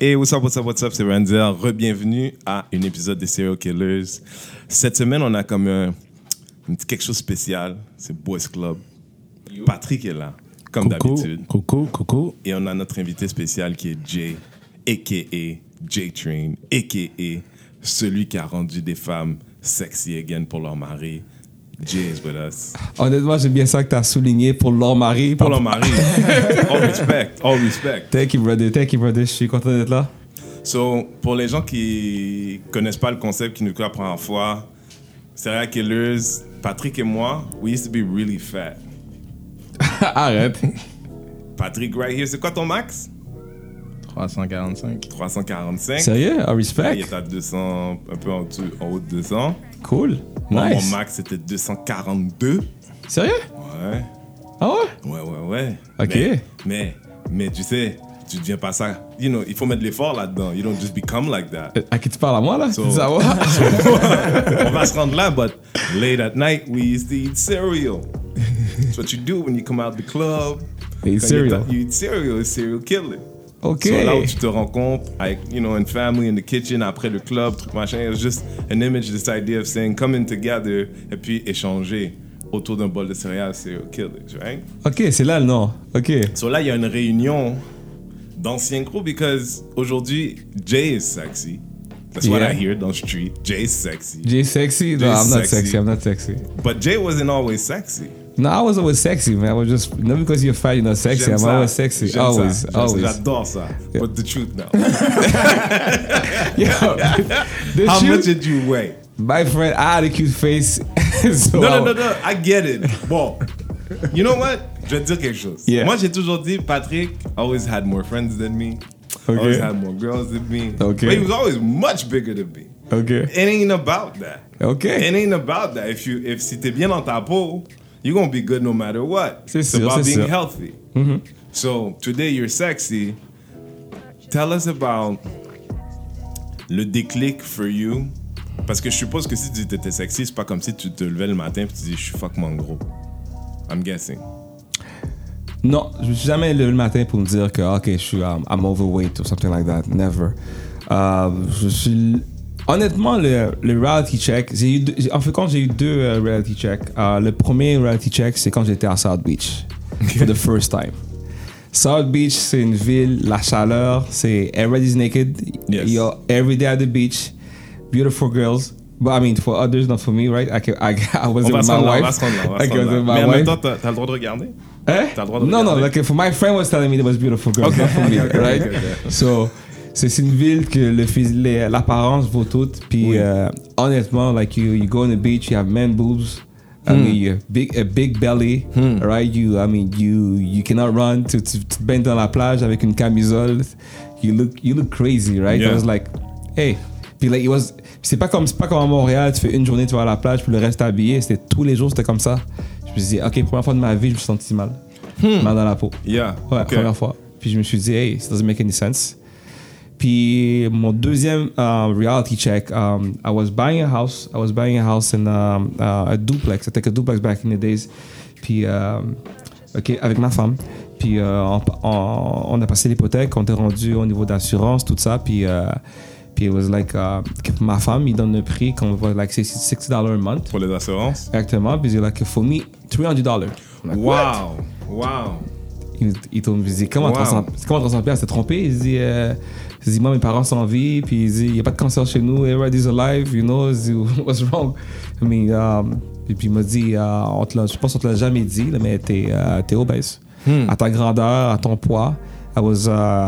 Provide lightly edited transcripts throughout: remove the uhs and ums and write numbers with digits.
Hey, what's up, c'est Ranzel. Re-bienvenue à un épisode des Serial Killers. Cette semaine, on a comme un petit quelque chose de spécial. C'est Boys Club. Patrick est là, comme d'habitude. Coucou. Et on a notre invité spécial qui est Jay, a.k.a. J-Train, a.k.a. celui qui a rendu des femmes sexy again pour leur mari. Jay is with us. Honnêtement, j'aime bien ça que tu as souligné pour leur mari. Pour leur mari. All respect. Thank you, brother. Je suis content d'être là. So, pour les gens qui connaissent pas le concept, qui nous écoutent la première fois, Serial Killers, Patrick et moi, we used to be really fat. Arrête. Patrick, right here, c'est quoi ton max? 345. 345. Sérieux? I respect. Il est à 200, un peu en haut de 200. Cool. Moi, Nice. mon max, c'était 242. Sérieux? Ouais. Ah ouais? Ouais. Ok. Mais tu sais, tu deviens pas ça. You know, il faut mettre de l'effort là-dedans. You don't just become like that. À qui tu parles à moi, là? So- Tu dis ça va? On va se rendre là, but late at night, we used to eat cereal. That's what you do when you come out the club. Eat Quand cereal. You eat cereal, it's serial killer. Ok. So là où tu te rends compte, avec, you know, une family in the kitchen, après le club, truc machin, it's just an image, this idea of saying coming together et puis échanger autour d'un bol de céréales, serial killers, right? Ok, c'est là le nom. Ok. So là, il y a une réunion d'anciens gros because aujourd'hui, Jay is sexy. That's what Yeah. I hear dans the street. Jay is sexy. Jay sexy? No, Jay's I'm not sexy. But Jay wasn't always sexy. No, I was always sexy, man. I was just, not because you're fat, you're not sexy. J'aime I'm ça. always sexy. J'aime Always. ça. J'adore ça. Yeah. But the truth now. Yo, the How truth- much did you weigh? My friend, I had a cute face. So No. I get it. Bon. You know what? Je vais te dire quelque chose. Yeah. Moi, j'ai toujours dit, Patrick always had more friends than me. Okay. Always had more girls than me. Okay. But he was always much bigger than me. Okay. It ain't about that. Okay. It ain't about that. If si t'es bien dans ta peau, you're gonna be good no matter what. C'est It's sûr, about c'est being sûr. healthy. So today you're sexy. Tell us about le déclic for you. Parce que je suppose que si tu étais sexy, c'est pas comme si tu te levais le matin et tu dis je suis fucking gros. I'm guessing. Non, je me suis jamais levé le matin pour me dire que ok, je suis I'm overweight or something like that. Never. Je suis honnêtement le reality check. J'ai eu en fait quand j'ai eu deux reality checks. Le premier reality check c'est quand j'étais à South Beach for the first time. South Beach c'est une ville, la chaleur, c'est everybody's naked. Yes. You're every day at the beach, beautiful girls. But I mean, for others, not for me, right? I On wasn't va with se my rendre là, on wife. va se rendre là, on va I se rendre wasn't là. with Mais my en même wife. temps, t'as le droit de regarder? Eh? T'as le droit de No, regarder. like for my friend was telling me there was beautiful girls, not for me, right? So, c'est une ville que l'apparence vaut tout. Puis Oui. honnêtement, like you go on the beach, you have man boobs. I mean, a big belly, right? You cannot run. Tu te baignes dans la plage avec une camisole. You look crazy, right? Yeah. I was like, hey. Puis like, c'est pas comme à Montréal, tu fais une journée, tu vas à la plage, puis le reste habillé. C'était tous les jours, c'était comme ça. Je me suis dit, ok, première fois de ma vie, je me suis senti mal. Mal dans la peau. Yeah. Ouais, okay. première fois. Puis je me suis dit, hey, this doesn't make any sense. Puis mon deuxième reality check, I was buying a house. I was buying a house in a duplex. I took a duplex back in the days. Puis, ok, avec ma femme. Puis on a passé l'hypothèque, on était rendu au niveau d'assurance, tout ça. Puis it was like, ma femme, il donne le prix qu'on va like $60 a month. Pour les assurances? Exactement. Puis il dit, like, for me, $300. Like, what? Wow. Il me dit, comment Wow. 300 piastres, t'es trompé? Il dit, moi, mes parents sont en vie, puis il dit, il n'y a pas de cancer chez nous, everybody's alive, you know, what's wrong? I mean, et puis il m'a dit, je pense qu'on te l'a jamais dit, là, mais t'es obèse. À ta grandeur, à ton poids, I was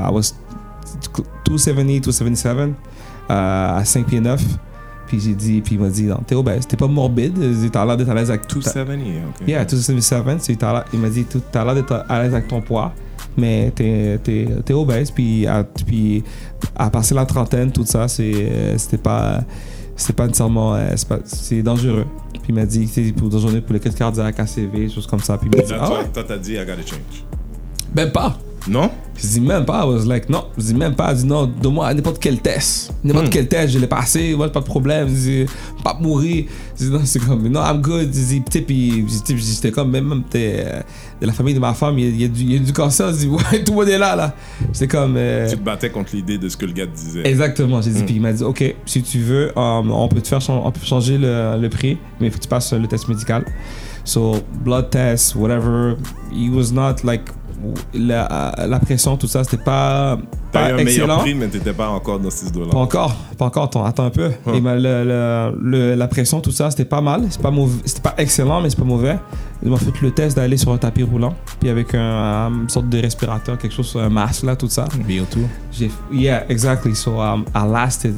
270, 277, à 5 pieds 9. Puis il m'a dit, non, t'es obèse, t'es pas morbide, t'as l'air d'être à l'aise avec 270, ok. Yeah, 277. Il m'a dit, t'as l'air d'être à l'aise avec ton poids, mais t'es obèse. Puis à passer la trentaine, tout ça, c'était pas nécessairement, c'est dangereux. Puis il m'a dit, pour les crises cardiaques, ACV, choses comme ça. Puis il m'a dit, Toi, t'as dit, I gotta change. ben pas. Non? Je dis même pas, I was like, non, je dis même pas, je dis non, donne-moi n'importe quel test. N'importe quel test, je l'ai passé, ouais, pas de problème, je dis, pas mourir. Je dis non, c'est comme, non, I'm good. Je dis, puis j'étais comme, même de la famille de ma femme, il y a du cancer, je dis, ouais, tout le monde est là. J'étais comme. Tu te battais contre l'idée de ce que le gars te disait. Exactement, j'ai dit, puis il m'a dit, ok, si tu veux, on peut changer le prix, mais il faut que tu passes le test médical. So, blood test, whatever, he was not like. La pression, tout ça, c'était pas T'as eu un excellent. meilleur prix, mais t'étais pas encore dans $6. Pas encore, attends un peu. Et la pression, tout ça, c'était pas mal. C'est pas mauvais, c'était pas excellent, mais c'est pas mauvais. Ils m'ont fait le test d'aller sur un tapis roulant, puis avec une sorte de respirateur, quelque chose, un masque là, tout ça. VO2. Yeah, exactly. So I lasted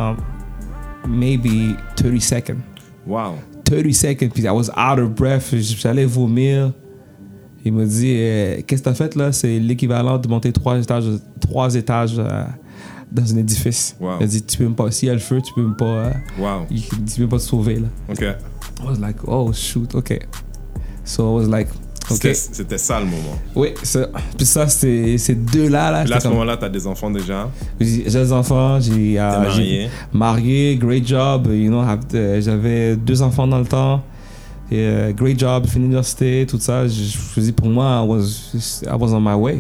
maybe 30 seconds. Wow. 30 seconds, puis I was out of breath. J'allais vomir. Il m'a dit, qu'est-ce que t'as fait là? C'est l'équivalent de monter 3 étages dans un édifice. Wow. Il a dit, tu peux même pas, s'il y a le feu, tu peux même pas, Wow. tu peux même pas te sauver là. OK. I was like, oh shoot, ok. So I was like, ok. C'était ça le moment. Oui, puis ça, c'était ces deux-là. Puis là, à ce moment-là, t'as des enfants déjà? J'ai des enfants, T'es marié? Marié, great job. You know, j'avais 2 enfants dans le temps. Et, great job, fini l'université, tout ça. Je dis pour moi, I was on my way.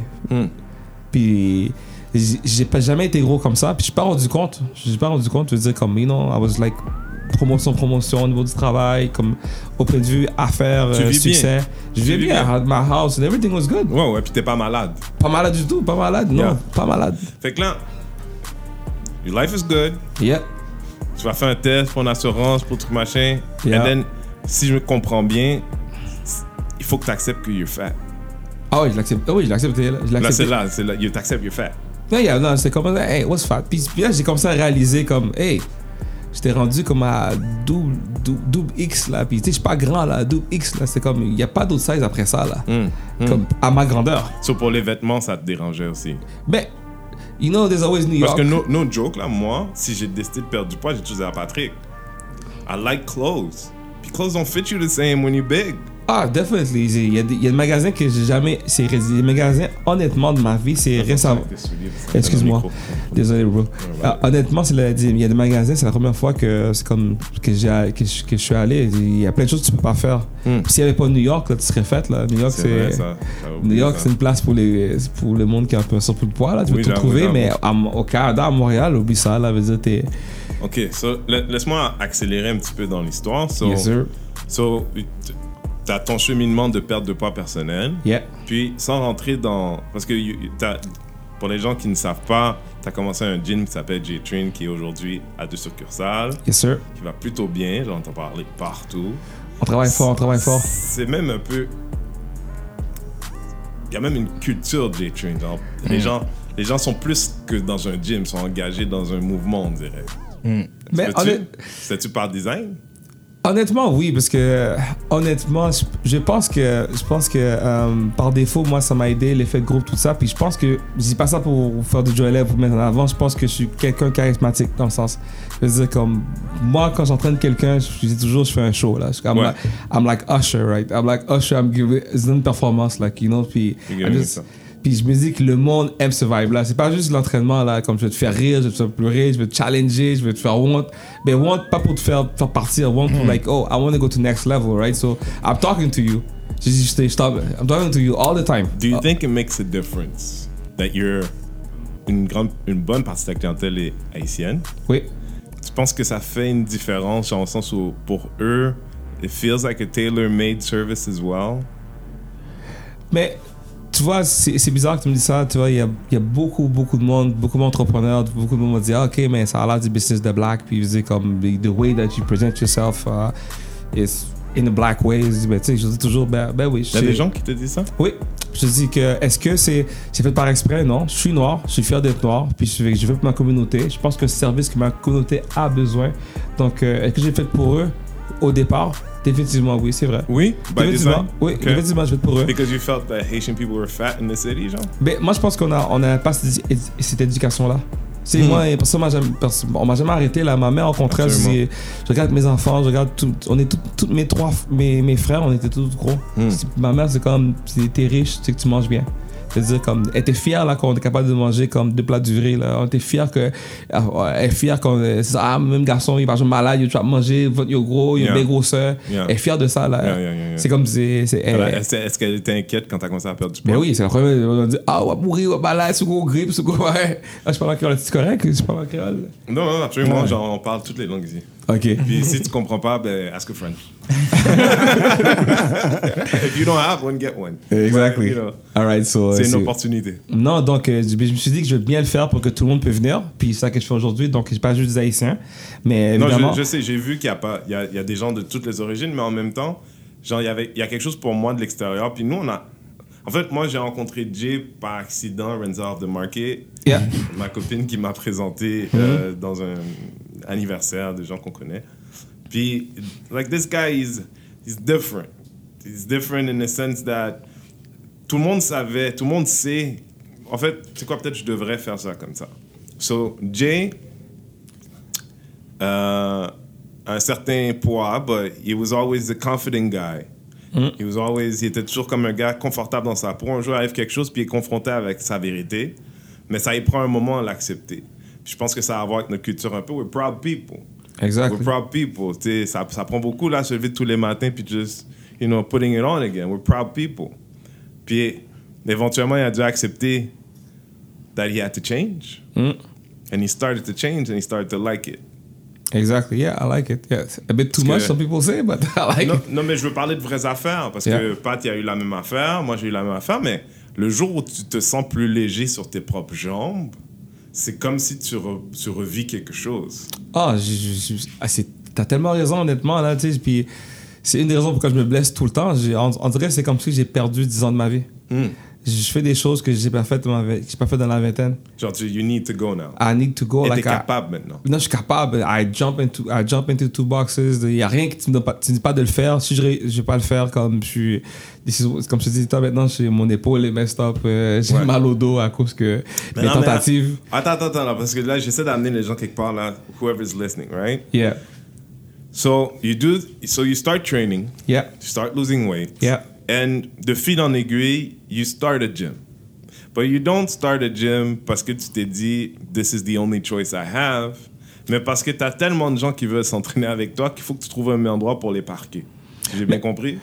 Puis j'ai jamais été gros comme ça. Puis je suis pas rendu compte. Je veux dire comme, you know, I was like promotion au niveau du travail, comme au point de vue affaires, succès. Je vivais bien. I had my house and everything was good. Ouais, puis t'es pas malade. Pas malade du tout, pas malade, non, Yeah. pas malade. Fait que là, your life is good. Yeah. Tu vas faire un test pour une assurance, pour tout machin. Yeah. And then, si je comprends bien, il faut que tu acceptes que you're fat. Ah oui, je l'accepte. Ah oui, je l'acceptais. Là, c'est là. You t'acceptes you're fat. Non, c'était comme, hey, what's fat? Puis là, j'ai commencé à réaliser comme, hey, j'étais rendu comme à double X là. Puis tu sais, je suis pas grand là, double X là. C'est comme, il n'y a pas d'autre size après ça là. Comme à ma grandeur. So, pour les vêtements, ça te dérangeait aussi. Mais, you know, there's always New York. Parce que no joke, là, moi, si j'ai décidé de perdre du poids, j'ai toujours dit à Patrick, I like clothes. Puis clothes don't fit you the same when you're big. Ah, definitely. Il y a des magasins que j'ai jamais. C'est des magasins, honnêtement, de ma vie, c'est récemment. Excuse-moi. Désolé, bro. Honnêtement, il y a des magasins, c'est la première fois que c'est comme que je suis allé. Il y a plein de choses que tu peux pas faire. Puis s'il n'y avait pas New York, là, tu serais fait. Là. New York, New York, c'est une place pour le monde qui a un peu un surplus de poids. Là. Tu peux tout trouver, mais au Canada, à Montréal, oublie ça. Là, veut dire, t'es. Ok, so, laisse-moi accélérer un petit peu dans l'histoire. So, Yes, sir. So, t'as ton cheminement de perte de poids personnel. Yeah. Puis, sans rentrer dans... Parce que pour les gens qui ne savent pas, t'as commencé un gym qui s'appelle J-Train, qui est aujourd'hui à 2 succursales. Yes, sir. Qui va plutôt bien, j'entends parler partout. On travaille fort. C'est même un peu... Il y a même une culture de J-Train. Les gens sont plus que dans un gym, sont engagés dans un mouvement, on dirait. Mais C'est-tu par design? Honnêtement, oui, parce que honnêtement, je pense que par défaut, moi, ça m'a aidé, l'effet de groupe, tout ça. Puis je pense que je dis pas ça pour faire du joy pour mettre en avant. Je pense que je suis quelqu'un de charismatique dans le sens. Je veux dire, comme moi, quand j'entraîne quelqu'un, je dis toujours, je fais un show là. I'm like Usher, right? I'm like Usher. C'est une performance, like you know. Puis je me dis que le monde aime ce vibe-là. C'est pas juste l'entraînement, là, comme je vais te faire rire, je vais te faire pleurer, je vais te challenger, je vais te faire want. Mais want, pas pour te faire partir. Want pour like, oh, I want to go to next level, right? So, I'm talking to you. Je dis, stop. I'm talking to you all the time. Do you think it makes a difference that une bonne partie de ta clientèle est haïtienne? Oui. Tu penses que ça fait une différence dans le sens où, pour eux, it feels like a tailor-made service as well? Mais... Tu vois, c'est bizarre que tu me dis ça. Tu vois, il y a beaucoup de monde, beaucoup d'entrepreneurs, beaucoup de monde vont dire, OK, mais ça a l'air du business de black. Puis ils disent comme, the way that you present yourself is in a black way. Ben, tu sais, je dis toujours, ben oui. Il y a des gens qui te disent ça? Oui. Je dis que, est-ce que c'est fait par exprès? Non. Je suis noir, je suis fier d'être noir. Puis je veux pour ma communauté. Je pense que c'est un service que ma communauté a besoin. Donc, est-ce que j'ai fait pour eux au départ? Définitivement, oui, c'est vrai. Oui? By design? Oui, okay. Définitivement, je vais pour eux. Because you felt that Haitian people were fat in the city, genre? Mais moi, je pense qu'on a pas cette éducation-là. C'est moi, personne on m'a jamais arrêté là. Ma mère, au contraire, je regarde mes enfants, je regarde on est tous mes frères, on était tous gros. Ma mère, c'est comme, t'es riche, tu sais que tu manges bien. C'est-à-dire, comme, elle était fière, là, qu'on est capable de manger, comme, 2 plats du riz, là. On était fiers que, elle est fière qu'on, c'est ça, ah, même garçon, il va jouer malade, il va manger, il est gros, il a une belle grosseur. Elle est fière de ça, là. C'est comme, Est-ce qu'elle était inquiète quand t'as commencé à perdre du poids? Mais oui, c'est la première fois, on dit, ah, on va mourir, on va malade, c'est gros grippe, c'est gros, ouais. Ah, je parle en créole, c'est correct? Je parle en créole? Non, absolument, genre, on parle toutes les langues ici. OK. Puis si tu comprends pas, ben, ask a friend. If you don't have one, get one. Exactly. You know, All right, so, c'est une opportunité. Non, donc, je me suis dit que je vais bien le faire pour que tout le monde peut venir. Puis c'est ça que je fais aujourd'hui. Donc, je suis pas juste des Haïtiens. Mais évidemment... Non, je sais, j'ai vu qu'il y a des gens de toutes les origines, mais en même temps, genre, il y a quelque chose pour moi de l'extérieur. Puis nous, en fait, moi, j'ai rencontré Jay par accident, Renza of the Market. Yeah. Ma copine qui m'a présenté dans un anniversaire de gens qu'on connaît. Puis, like, this guy, he's different. He's different in the sense that tout le monde sait. En fait, c'est quoi, peut-être je devrais faire ça comme ça. So, Jay, un certain poids, but he was always the confident guy. Il était toujours comme un gars confortable dans sa peau. Un jour, arrive quelque chose, puis il est confronté avec sa vérité. Mais ça, il prend un moment à l'accepter. Puis je pense que ça a à voir avec notre culture un peu. We're proud people. Exactly. We're proud people. Ça prend beaucoup, là, se lever tous les matins, puis just, putting it on again. We're proud people. Puis, éventuellement, il a dû accepter that he had to change. And he started to change, and he started to like it. Exactly. Yeah, I like it. Yeah, a bit too much, some people say, but I like it. Non, mais je veux parler de vraies affaires, parce que Pat, il a eu la même affaire, moi, j'ai eu la même affaire, mais le jour où tu te sens plus léger sur tes propres jambes, c'est comme si tu revis quelque chose. T'as tellement raison, honnêtement, là, tu sais, puis c'est une des raisons pourquoi je me blesse tout le temps. On dirait que c'est comme si j'ai perdu 10 ans de ma vie. Je fais des choses que j'ai pas faites dans la vingtaine. Genre, you need to go now. I need to go. Et t'es capable maintenant. Non, je suis capable. I jump into 2 boxes. Il n'y a rien qui me dit pas de le faire. Si je vais pas le faire, comme je te dis, maintenant, mon épaule est messed up. J'ai mal au dos à cause que mes tentatives. Attends, parce que là, j'essaie d'amener les gens quelque part, là, whoever's listening, right? Yeah. So you start training. Yeah. You start losing weight. Yeah. And de fil en aiguille, you start a gym. But you don't start a gym parce que tu t'es dit, this is the only choice I have, mais parce que tu as tellement de gens qui veulent s'entraîner avec toi qu'il faut que tu trouves un endroit pour les parquer. J'ai bien compris?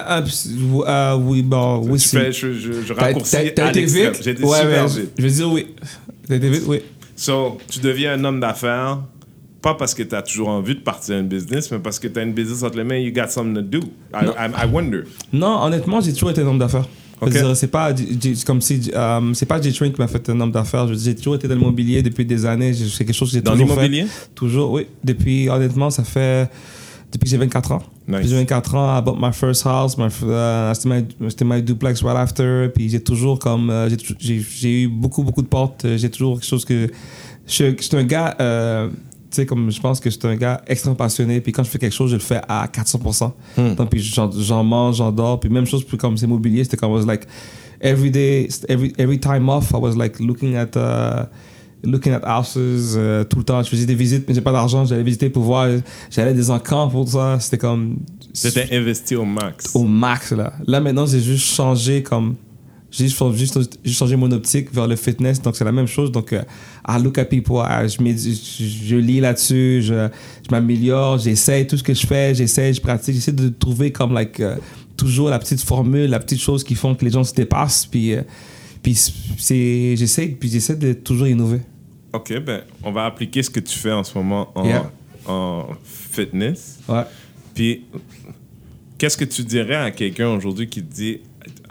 Oui, bon, oui. Je raccourcis à l'extrême. J'ai été super vite. Je veux dire oui. T'as été vite, oui. So, tu deviens un homme d'affaires, pas parce que tu as toujours envie de partir une business, mais parce que tu as une business entre les mains, you got something to do. I wonder. Non, honnêtement, j'ai toujours été un homme d'affaires. Okay. C'est pas comme si c'est pas J-Train qui m'a fait un homme d'affaires. J'ai toujours été dans l'immobilier depuis des années. C'est quelque chose que j'ai toujours fait. Dans l'immobilier? Toujours, oui. Honnêtement, ça fait depuis que j'ai 24 ans. Nice. Depuis que j'ai 24 ans, I bought my first house. C'était my duplex right after. Puis j'ai toujours j'ai eu beaucoup de portes. J'ai toujours quelque chose que je suis un gars. Tu sais, comme je pense que je suis un gars extrêmement passionné, puis quand je fais quelque chose, je le fais à 400%. Donc, puis j'en mange, j'en dors, puis même chose, puis comme c'est immobilier, c'était comme, I was like, every day, every time off, I was like looking at houses tout le temps. Je faisais des visites, mais j'ai pas d'argent, j'allais visiter pour voir, j'allais à des encamps pour ça, c'était comme... C'était investi au max. Au max, là. Là, maintenant, j'ai juste changé comme... J'ai juste changé mon optique vers le fitness, donc c'est la même chose. Donc, I look at people, je lis là-dessus, je m'améliore, j'essaie tout ce que je fais, je pratique, j'essaie de trouver comme toujours la petite formule, la petite chose qui font que les gens se dépassent, puis j'essaie de toujours innover. OK, ben, on va appliquer ce que tu fais en ce moment en fitness. Ouais. Puis, qu'est-ce que tu dirais à quelqu'un aujourd'hui qui te dit...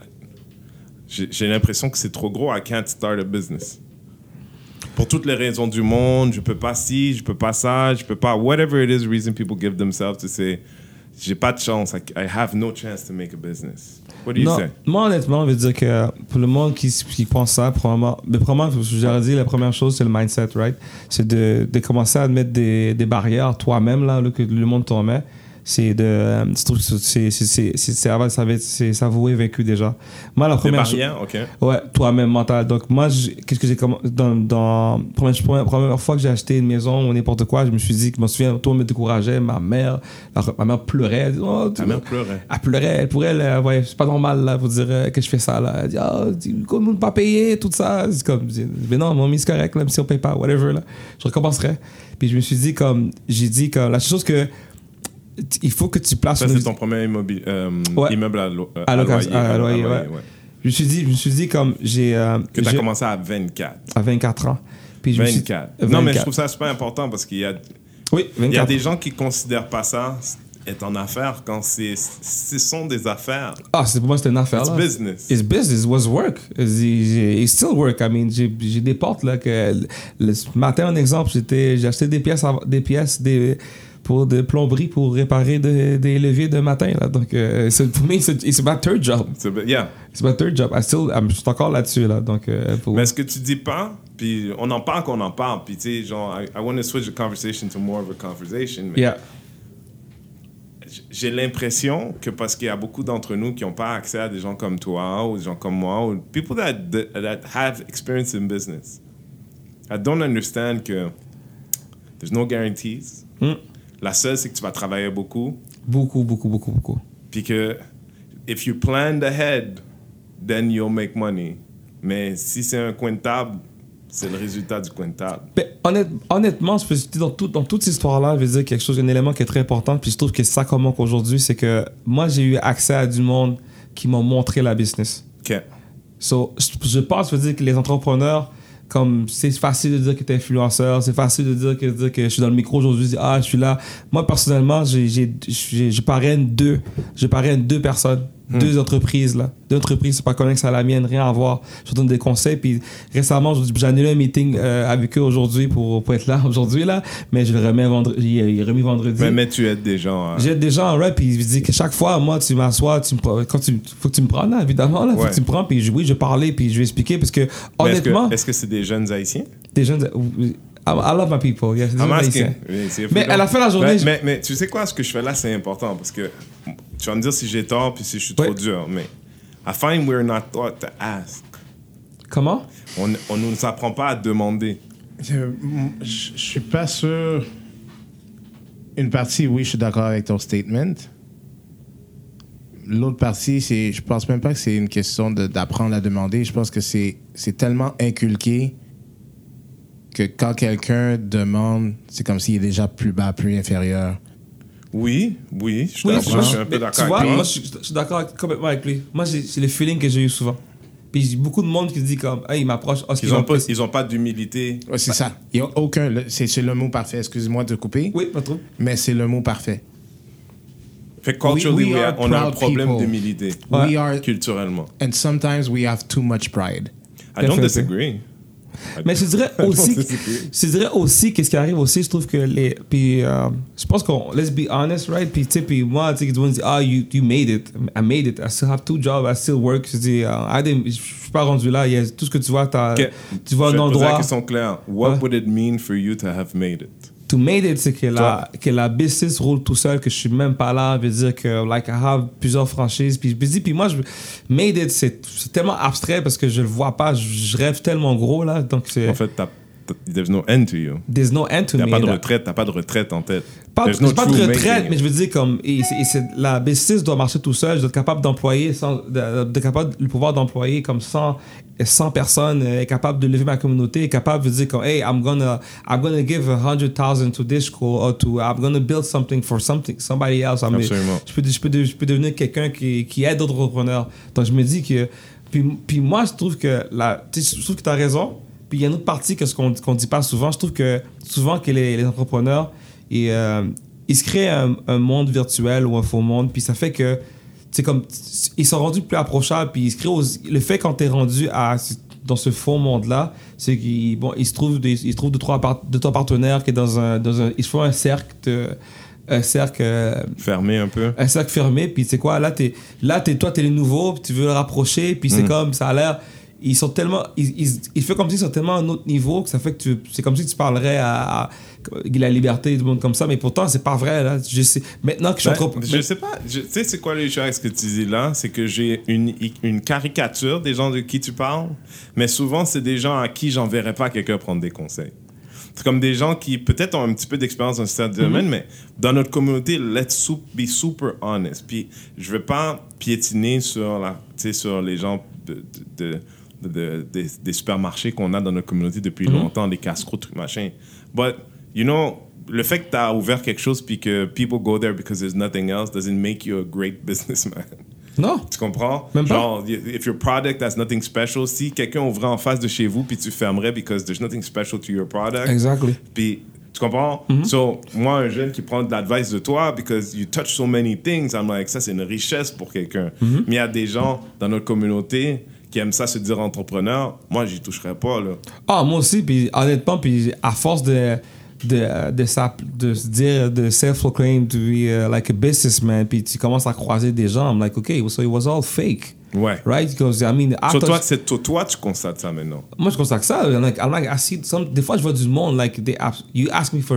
J'ai l'impression que c'est trop gros. I can't start a business. Pour toutes les raisons du monde, je peux pas ci, je peux pas ça, je peux pas... Whatever it is, reason people give themselves to say, j'ai pas de chance. I have no chance to make a business. What do you say? Moi, honnêtement, je veux dire que pour le monde qui pense ça, probablement, j'aurais dit la première chose, c'est le mindset, right? C'est de commencer à mettre des barrières toi-même, là, que le monde t'en met. Je trouve que c'est s'avouer vaincu déjà. Moi, la Des première barrières, OK. Ouais, toi-même mental. Donc moi, qu'est-ce que j'ai commencé première fois que j'ai acheté une maison ou n'importe quoi, je me suis dit, je me souviens, tout le monde me décourageait, ma mère pleurait. Elle dit, oh, Ta mère pleurait. Elle pleurait, pour elle, ouais, c'est pas normal là, pour dire que je fais ça là. Elle dit, comment ne pas payer tout ça. C'est comme, mais non, mamie, c'est correct, là, même si on paye pas, whatever là, je recommencerai. Puis je me suis dit j'ai dit la chose que il faut que tu places. Ça, c'est ton premier immeuble à loyer. Ouais. Je me suis dit comme j'ai... que tu as commencé à 24. À 24 ans. Puis 24. Non, mais je trouve ça super important parce qu'il y a... Oui, 24. Il y a des gens qui considèrent pas ça être en affaires quand ce sont des affaires. Pour moi, c'était une affaire. It's là. business. It's business. It was work. It's still work. I mean, j'ai des portes là que... Ce matin, un exemple, j'ai acheté des pièces pour de plomberie pour réparer des leviers de matin là. Donc pour moi it's my third job. It's my third job. Je suis encore là-dessus là. Donc mais ce que tu dis pas, puis on en parle, puis tu sais genre I want to switch the conversation to more of a conversation. Mais yeah. J'ai l'impression que parce qu'il y a beaucoup d'entre nous qui n'ont pas accès à des gens comme toi ou des gens comme moi ou people that have experience in business. I don't understand que there's no guarantees. La seule, c'est que tu vas travailler beaucoup. Beaucoup. Puis que, if you plan ahead, then you'll make money. Mais si c'est un coin de table, c'est le résultat du coin de table. Mais honnêtement, je peux dire, dans toute cette histoire-là, je veux dire quelque chose, un élément qui est très important, puis je trouve que ça comment qu'aujourd'hui, c'est que moi, j'ai eu accès à du monde qui m'a montré la business. OK. So, je pense, je veux dire que les entrepreneurs, comme c'est facile de dire que tu es influenceur, c'est facile de dire que je suis dans le micro aujourd'hui, je suis là. Moi, personnellement, je parraine deux personnes, deux entreprises, là. Deux entreprises, c'est pas connexe à la mienne, rien à voir. Je donne des conseils, puis récemment, j'ai annulé un meeting avec eux aujourd'hui pour être là aujourd'hui, là, mais je le remets remis vendredi. Mais tu aides des gens. J'aide des gens, ouais, puis je dis que chaque fois, moi, tu m'assois, faut que tu me prennes, là, évidemment, là, faut que tu me prends, puis oui, je vais parler, puis je vais expliquer, parce que, honnêtement... Est-ce que c'est des jeunes Haïtiens? Des jeunes... I love my people, yes. I'm asking. Mais à la fin de la journée... Mais tu sais quoi, ce que je fais là, c'est important, parce que tu vas me dire si j'ai tort, puis si je suis trop dur, mais I find we're not taught to ask. Comment? On ne nous apprend pas à demander. Je suis pas sûr. Une partie, oui, je suis d'accord avec ton statement. L'autre partie, je pense même pas que c'est une question d'apprendre à demander. Je pense que c'est tellement inculqué que quand quelqu'un demande, c'est comme s'il est déjà plus bas, plus inférieur. Oui, je suis un peu d'accord tu vois, avec lui. moi, je suis d'accord complètement avec lui. Moi, c'est le feeling que j'ai eu souvent. Puis j'ai beaucoup de monde qui se dit comme, hey, il m'approche. Ils ont pas d'humilité. Ouais, c'est ça. Il y a aucun. C'est le mot parfait. Excusez-moi de couper. Oui, pas trop. Mais c'est le mot parfait. Fait que culturally, on a un problème people. d'humilité. We are, culturellement. and sometimes we have too much pride. I don't disagree. Mais je dirais aussi qu'est-ce qui arrive aussi, je trouve que je pense qu'on let's be honest, right, puis moi tu sais tout le monde dit you made it, I made it, I still have 2 jobs, I still work. Je dis je suis pas rendu là, tout ce que tu vois tu vois un endroit. Je vais poser la question claire. What would it mean for you to have made it? To made it, c'est que la business roule tout seul, que je suis même pas là, veut dire que I have plusieurs franchises, puis moi made it, c'est tellement abstrait parce que je le vois pas, je rêve tellement gros là, donc c'est. En fait, there's no end to you. There's no end to me. T'as pas de retraite en tête. Pas de retraite, mais je veux dire comme la business doit marcher tout seul, je dois être capable d'employer le pouvoir d'employer comme 100 personnes, est capable de lever ma communauté, est capable de dire comme hey, I'm gonna give 100,000 to this school or I'm gonna build something for somebody else. Absolument. Je peux devenir quelqu'un qui aide d'autres entrepreneurs. Donc je me dis que puis moi je trouve que tu as raison. Puis il y a une autre partie que qu'on dit pas souvent. Je trouve que souvent que les entrepreneurs ils se créent un monde virtuel ou un faux monde, puis ça fait que c'est comme ils sont rendus plus approchables, puis ils se créent le fait quand t'es rendu dans ce faux monde là, c'est qu'ils se trouvent deux trois partenaires qui est dans un ils se font un cercle fermé un peu. Un cercle fermé, puis tu sais quoi, toi t'es le nouveau, puis tu veux le rapprocher, puis c'est comme ça a l'air ils sont tellement, ils font comme s'ils sont tellement à un autre niveau que ça fait que c'est comme si tu parlerais à la liberté du monde comme ça, mais pourtant c'est pas vrai là. Je sais maintenant que je suis entrepreneur. Je sais pas. Tu sais c'est quoi l'issue avec ce que tu dis là, c'est que j'ai une caricature des gens de qui tu parles, mais souvent c'est des gens à qui j'enverrais pas quelqu'un prendre des conseils. C'est comme des gens qui peut-être ont un petit peu d'expérience dans ce certain domaine, mais dans notre communauté, let's be super honest. Puis je veux pas piétiner sur les gens des supermarchés qu'on a dans notre communauté depuis longtemps, les casse-croûtes, trucs machin. But, you know, le fait que tu as ouvert quelque chose puis que people go there because there's nothing else doesn't make you a great businessman. Non. Tu comprends? Même pas. Genre, if your product has nothing special, si quelqu'un ouvrait en face de chez vous puis tu fermerais because there's nothing special to your product. Exactly. Puis, tu comprends? So, moi, un jeune qui prend de l'advice de toi because you touch so many things, I'm like, ça, c'est une richesse pour quelqu'un. Mais il y a des gens dans notre communauté qui aiment ça se dire entrepreneur. Moi, j'y toucherais pas, là. Ah, moi aussi, puis honnêtement, puis à force de se dire, de self-proclaim to be like a businessman, puis tu commences à croiser des gens, I'm like, okay, so it was all fake. Ouais. Right? Because, I mean, So, toi, tu constates ça maintenant. moi, je constate ça. I'm like, I see des fois, je vois du monde, like, you ask me for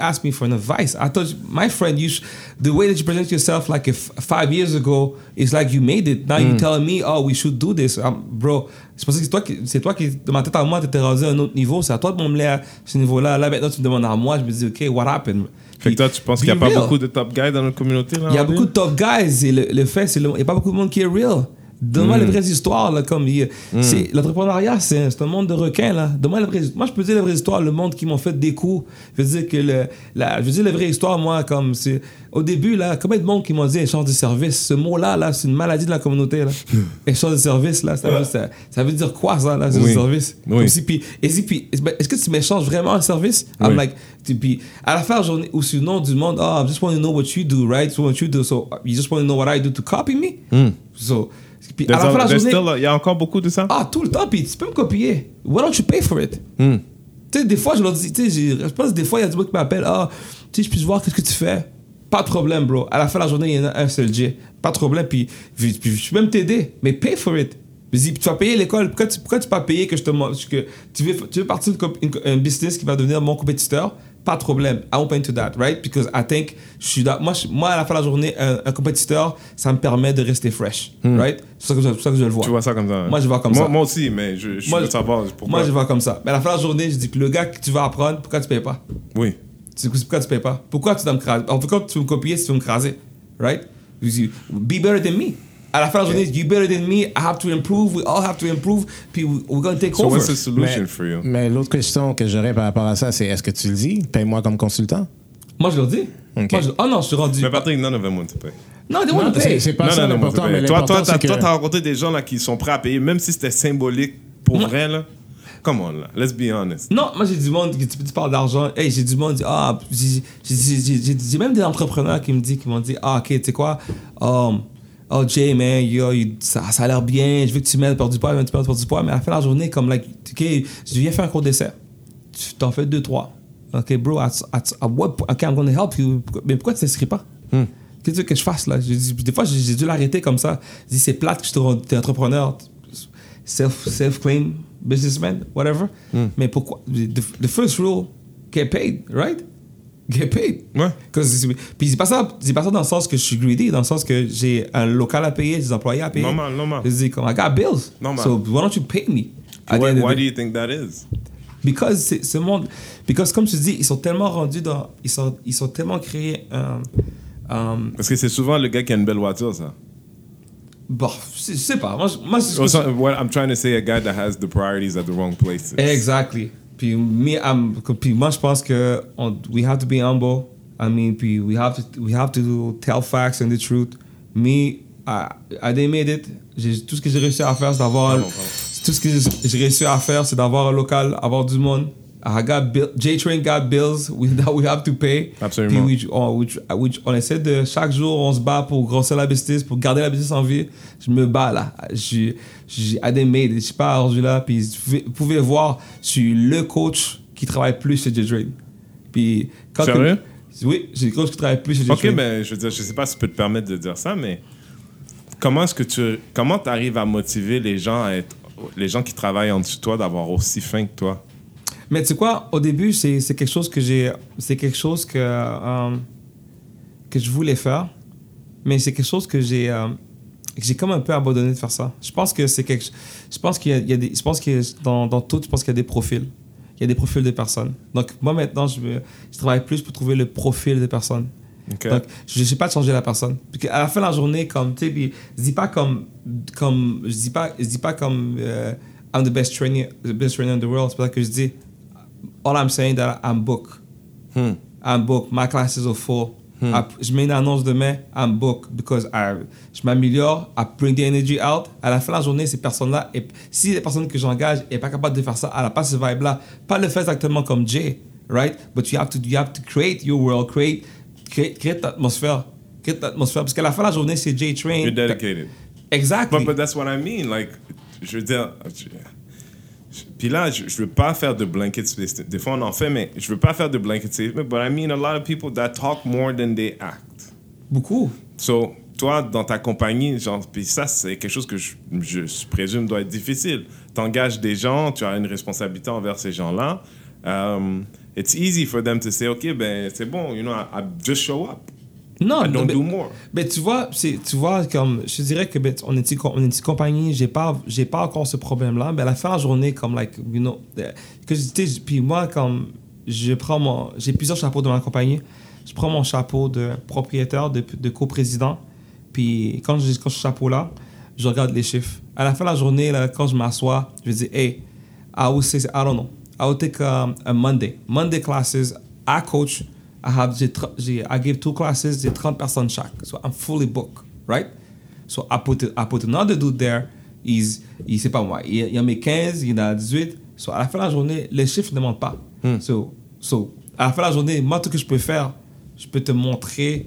an advice. I thought, my friend, the way that you present yourself, like, 5 years ago, it's like you made it. Now you're telling me, oh, we should do this. Bro, c'est parce que c'est toi qui, de ma tête à moi, t'étais rendu à un autre niveau. C'est à toi de m'emmener à ce niveau-là. Là, maintenant, tu me demandes à moi. Je me dis, OK, what happened? Fait que toi, tu penses qu'il n'y a pas beaucoup de top guys dans notre communauté, là? Il y a beaucoup de top guys. Et le fait, c'est il n'y a pas beaucoup de monde qui est real. Donne-moi les vraies histoires, là, comme l'entrepreneuriat, c'est un monde de requins, là. Donne-moi les vraies. Moi, je peux dire les vraies histoires, le monde qui m'ont fait des coups. Je veux dire que je veux dire les vraies histoires, moi, comme c'est au début, là, combien de monde qui m'ont dit échange de service. Ce mot-là, là, c'est une maladie de la communauté, là. Échange de service, là, ça veut dire quoi, ça, là, échange de service? Oui. Comme si, puis, est-ce que tu m'échanges vraiment un service? I'm like, puis à la fin de la journée, ou sinon du monde, I just want to know what you do, right? So what you do, so you just want to know what I do to copy me? So. Puis à la fin de la journée, il y a encore beaucoup de ça? Ah, tout le temps, puis tu peux me copier. Why don't you pay for it? Tu sais, des fois, je leur dis, tu sais, je pense que des fois, il y a des gens qui m'appellent, tu sais, je peux voir qu'est-ce que tu fais. Pas de problème, bro. À la fin de la journée, il y en a un seul J. Pas de problème, puis je peux même t'aider, mais pay for it. Je dis, tu vas payer l'école, pourquoi tu pas payer que tu veux partir d'un business qui va devenir mon compétiteur? Pas de problème. I'm open to that, right? Because I think, moi, à la fin de la journée, un compétiteur, ça me permet de rester fresh, right? C'est pour ça que je le vois. Tu vois ça comme ça? Moi, je vois comme ça. Moi aussi, mais je veux savoir pourquoi. Moi, je vois comme ça. Mais à la fin de la journée, je dis, le gars que tu vas apprendre, pourquoi tu payes pas? Oui. Pourquoi tu payes pas? Pourquoi tu dois me craser? Pourquoi tu veux me copier si tu veux me craser? Right? Be better than me. À la fin de la journée, you better than me, I have to improve, we all have to improve, puis we're going to take over. So what's the solution for you? Mais l'autre question que j'aurais par rapport à ça, c'est est-ce que tu le dis? Paye-moi comme consultant? Moi, je le dis. Okay. Non, je suis rendu. Mais Patrick, none of them want to pay. Non, they want to pay. C'est pas ça l'important, mais l'important, c'est que... Toi, t'as rencontré des gens là qui sont prêts à payer, même si c'était symbolique pour vrai, là. Come on, là. Let's be honest. Non, moi, j'ai du monde qui tu parles d'argent. Hey, j'ai du monde qui dit, j'ai même des entrepreneurs qui m'ont dit, OK, tu sais quoi, oh Jay, man, ça a l'air bien, je veux que tu m'aides à perdre du poids, mais à la fin de la journée, comme, like, OK, je viens faire un cours d'essai. Tu t'en fais 2-3. OK, bro, OK, I'm going to help you. Mais pourquoi tu t'inscris pas? Qu'est-ce que tu veux que je fasse, là? Des fois, j'ai dû l'arrêter comme ça. Je dis, c'est plate que t'es entrepreneur, self-claim, businessman, whatever. Mais pourquoi? The first rule, get paid, right? Get paid. Ouais. Puis c'est pas ça dans le sens que je suis greedy, dans le sens que j'ai un local à payer, des employés à payer. Normal. Je dis comme, I got bills. Normal. So why don't you pay me? Why do you think that is? Because ce monde, because comme tu dis, ils sont tellement rendus dans, ils sont tellement créés. Parce que c'est souvent le gars qui a une belle voiture, ça. Bon, je sais pas. Moi What I'm trying to say, a guy that has the priorities at the wrong places. Exactly. Puis moi, je pense que we have to be humble. I mean, puis we have to tell facts and the truth. Me, I didn't made it. Tout ce que j'ai réussi à faire, c'est d'avoir. Tout ce que j'ai réussi à faire, c'est d'avoir un local, avoir du monde. J-Train got bills that we have to pay. Absolument. Puis on essaie de, chaque jour, on se bat pour grossir la business, pour garder la business en vie. Je me bats là. I didn't made it. Je suis pas rendu là. Puis vous pouvez voir, je suis le coach qui travaille plus chez J-Train. Puis sérieux? Oui, j'ai le coach qui travaille plus chez J-Train. Ok, ben je veux dire, je sais pas si tu peux te permettre de dire ça, mais comment t'arrives à motiver les gens à être les gens qui travaillent en dessous de toi d'avoir aussi faim que toi? Mais tu sais quoi, au début, c'est quelque chose que c'est quelque chose que je voulais faire, mais c'est quelque chose que j'ai comme un peu abandonné de faire ça. Je pense que c'est quelque, je pense qu'il y a des, je pense que dans tout, je pense qu'il y a des profils. Il y a des profils de personnes. Donc moi maintenant, je travaille plus pour trouver le profil de personnes. Okay. Donc je ne sais pas de changer la personne. Puis à la fin de la journée, comme tu sais, je dis pas comme je dis pas comme I'm the best trainer in the world. C'est pas ça que je dis. All I'm saying that I'm booked. I'm booked. My classes are full. Je mets une annonce demain, I'm booked because je m'améliore, I bring the energy out. À la fin de la journée, ces personnes-là, si les personnes que j'engage n'est pas capable de faire ça, elle n'a pas ce vibe-là. Pas le faire exactement comme Jay, right? But you have to create your world, create l'atmosphère. Create l'atmosphère. Parce qu'à la fin de la journée, c'est Jay Train. You're dedicated. Exactly. But that's what I mean. Like, je veux dire... Puis là, je veux pas faire de blanket statement. Des fois, on en fait, mais je veux pas faire de blanket statement. But I mean a lot of people that talk more than they act. Beaucoup. So, toi, dans ta compagnie, genre, puis ça, c'est quelque chose que je présume doit être difficile. T'engages des gens, tu as une responsabilité envers ces gens-là. It's easy for them to say, OK, ben, c'est bon, you know, I just show up. Non, I don't do more. Ben, tu vois, comme, je dirais que ben, on est une compagnie, j'ai pas encore ce problème-là, mais à la fin de la journée, comme, like, you know, puis moi, comme, j'ai plusieurs chapeaux dans ma compagnie. Je prends mon chapeau de propriétaire, de coprésident, puis quand j'ai ce chapeau-là, je regarde les chiffres. À la fin de la journée, là, quand je m'assois, je dis, hey, I don't know, I will take a Monday classes, I coach. I give 2 classes, j'ai 30 personnes chaque. So I'm fully booked, right? So I put another dude there, il sait pas moi, il en met 15, il en a 18. So à la fin de la journée, les chiffres ne mentent pas. So à la fin de la journée, moi, tout ce que je peux faire, je peux te montrer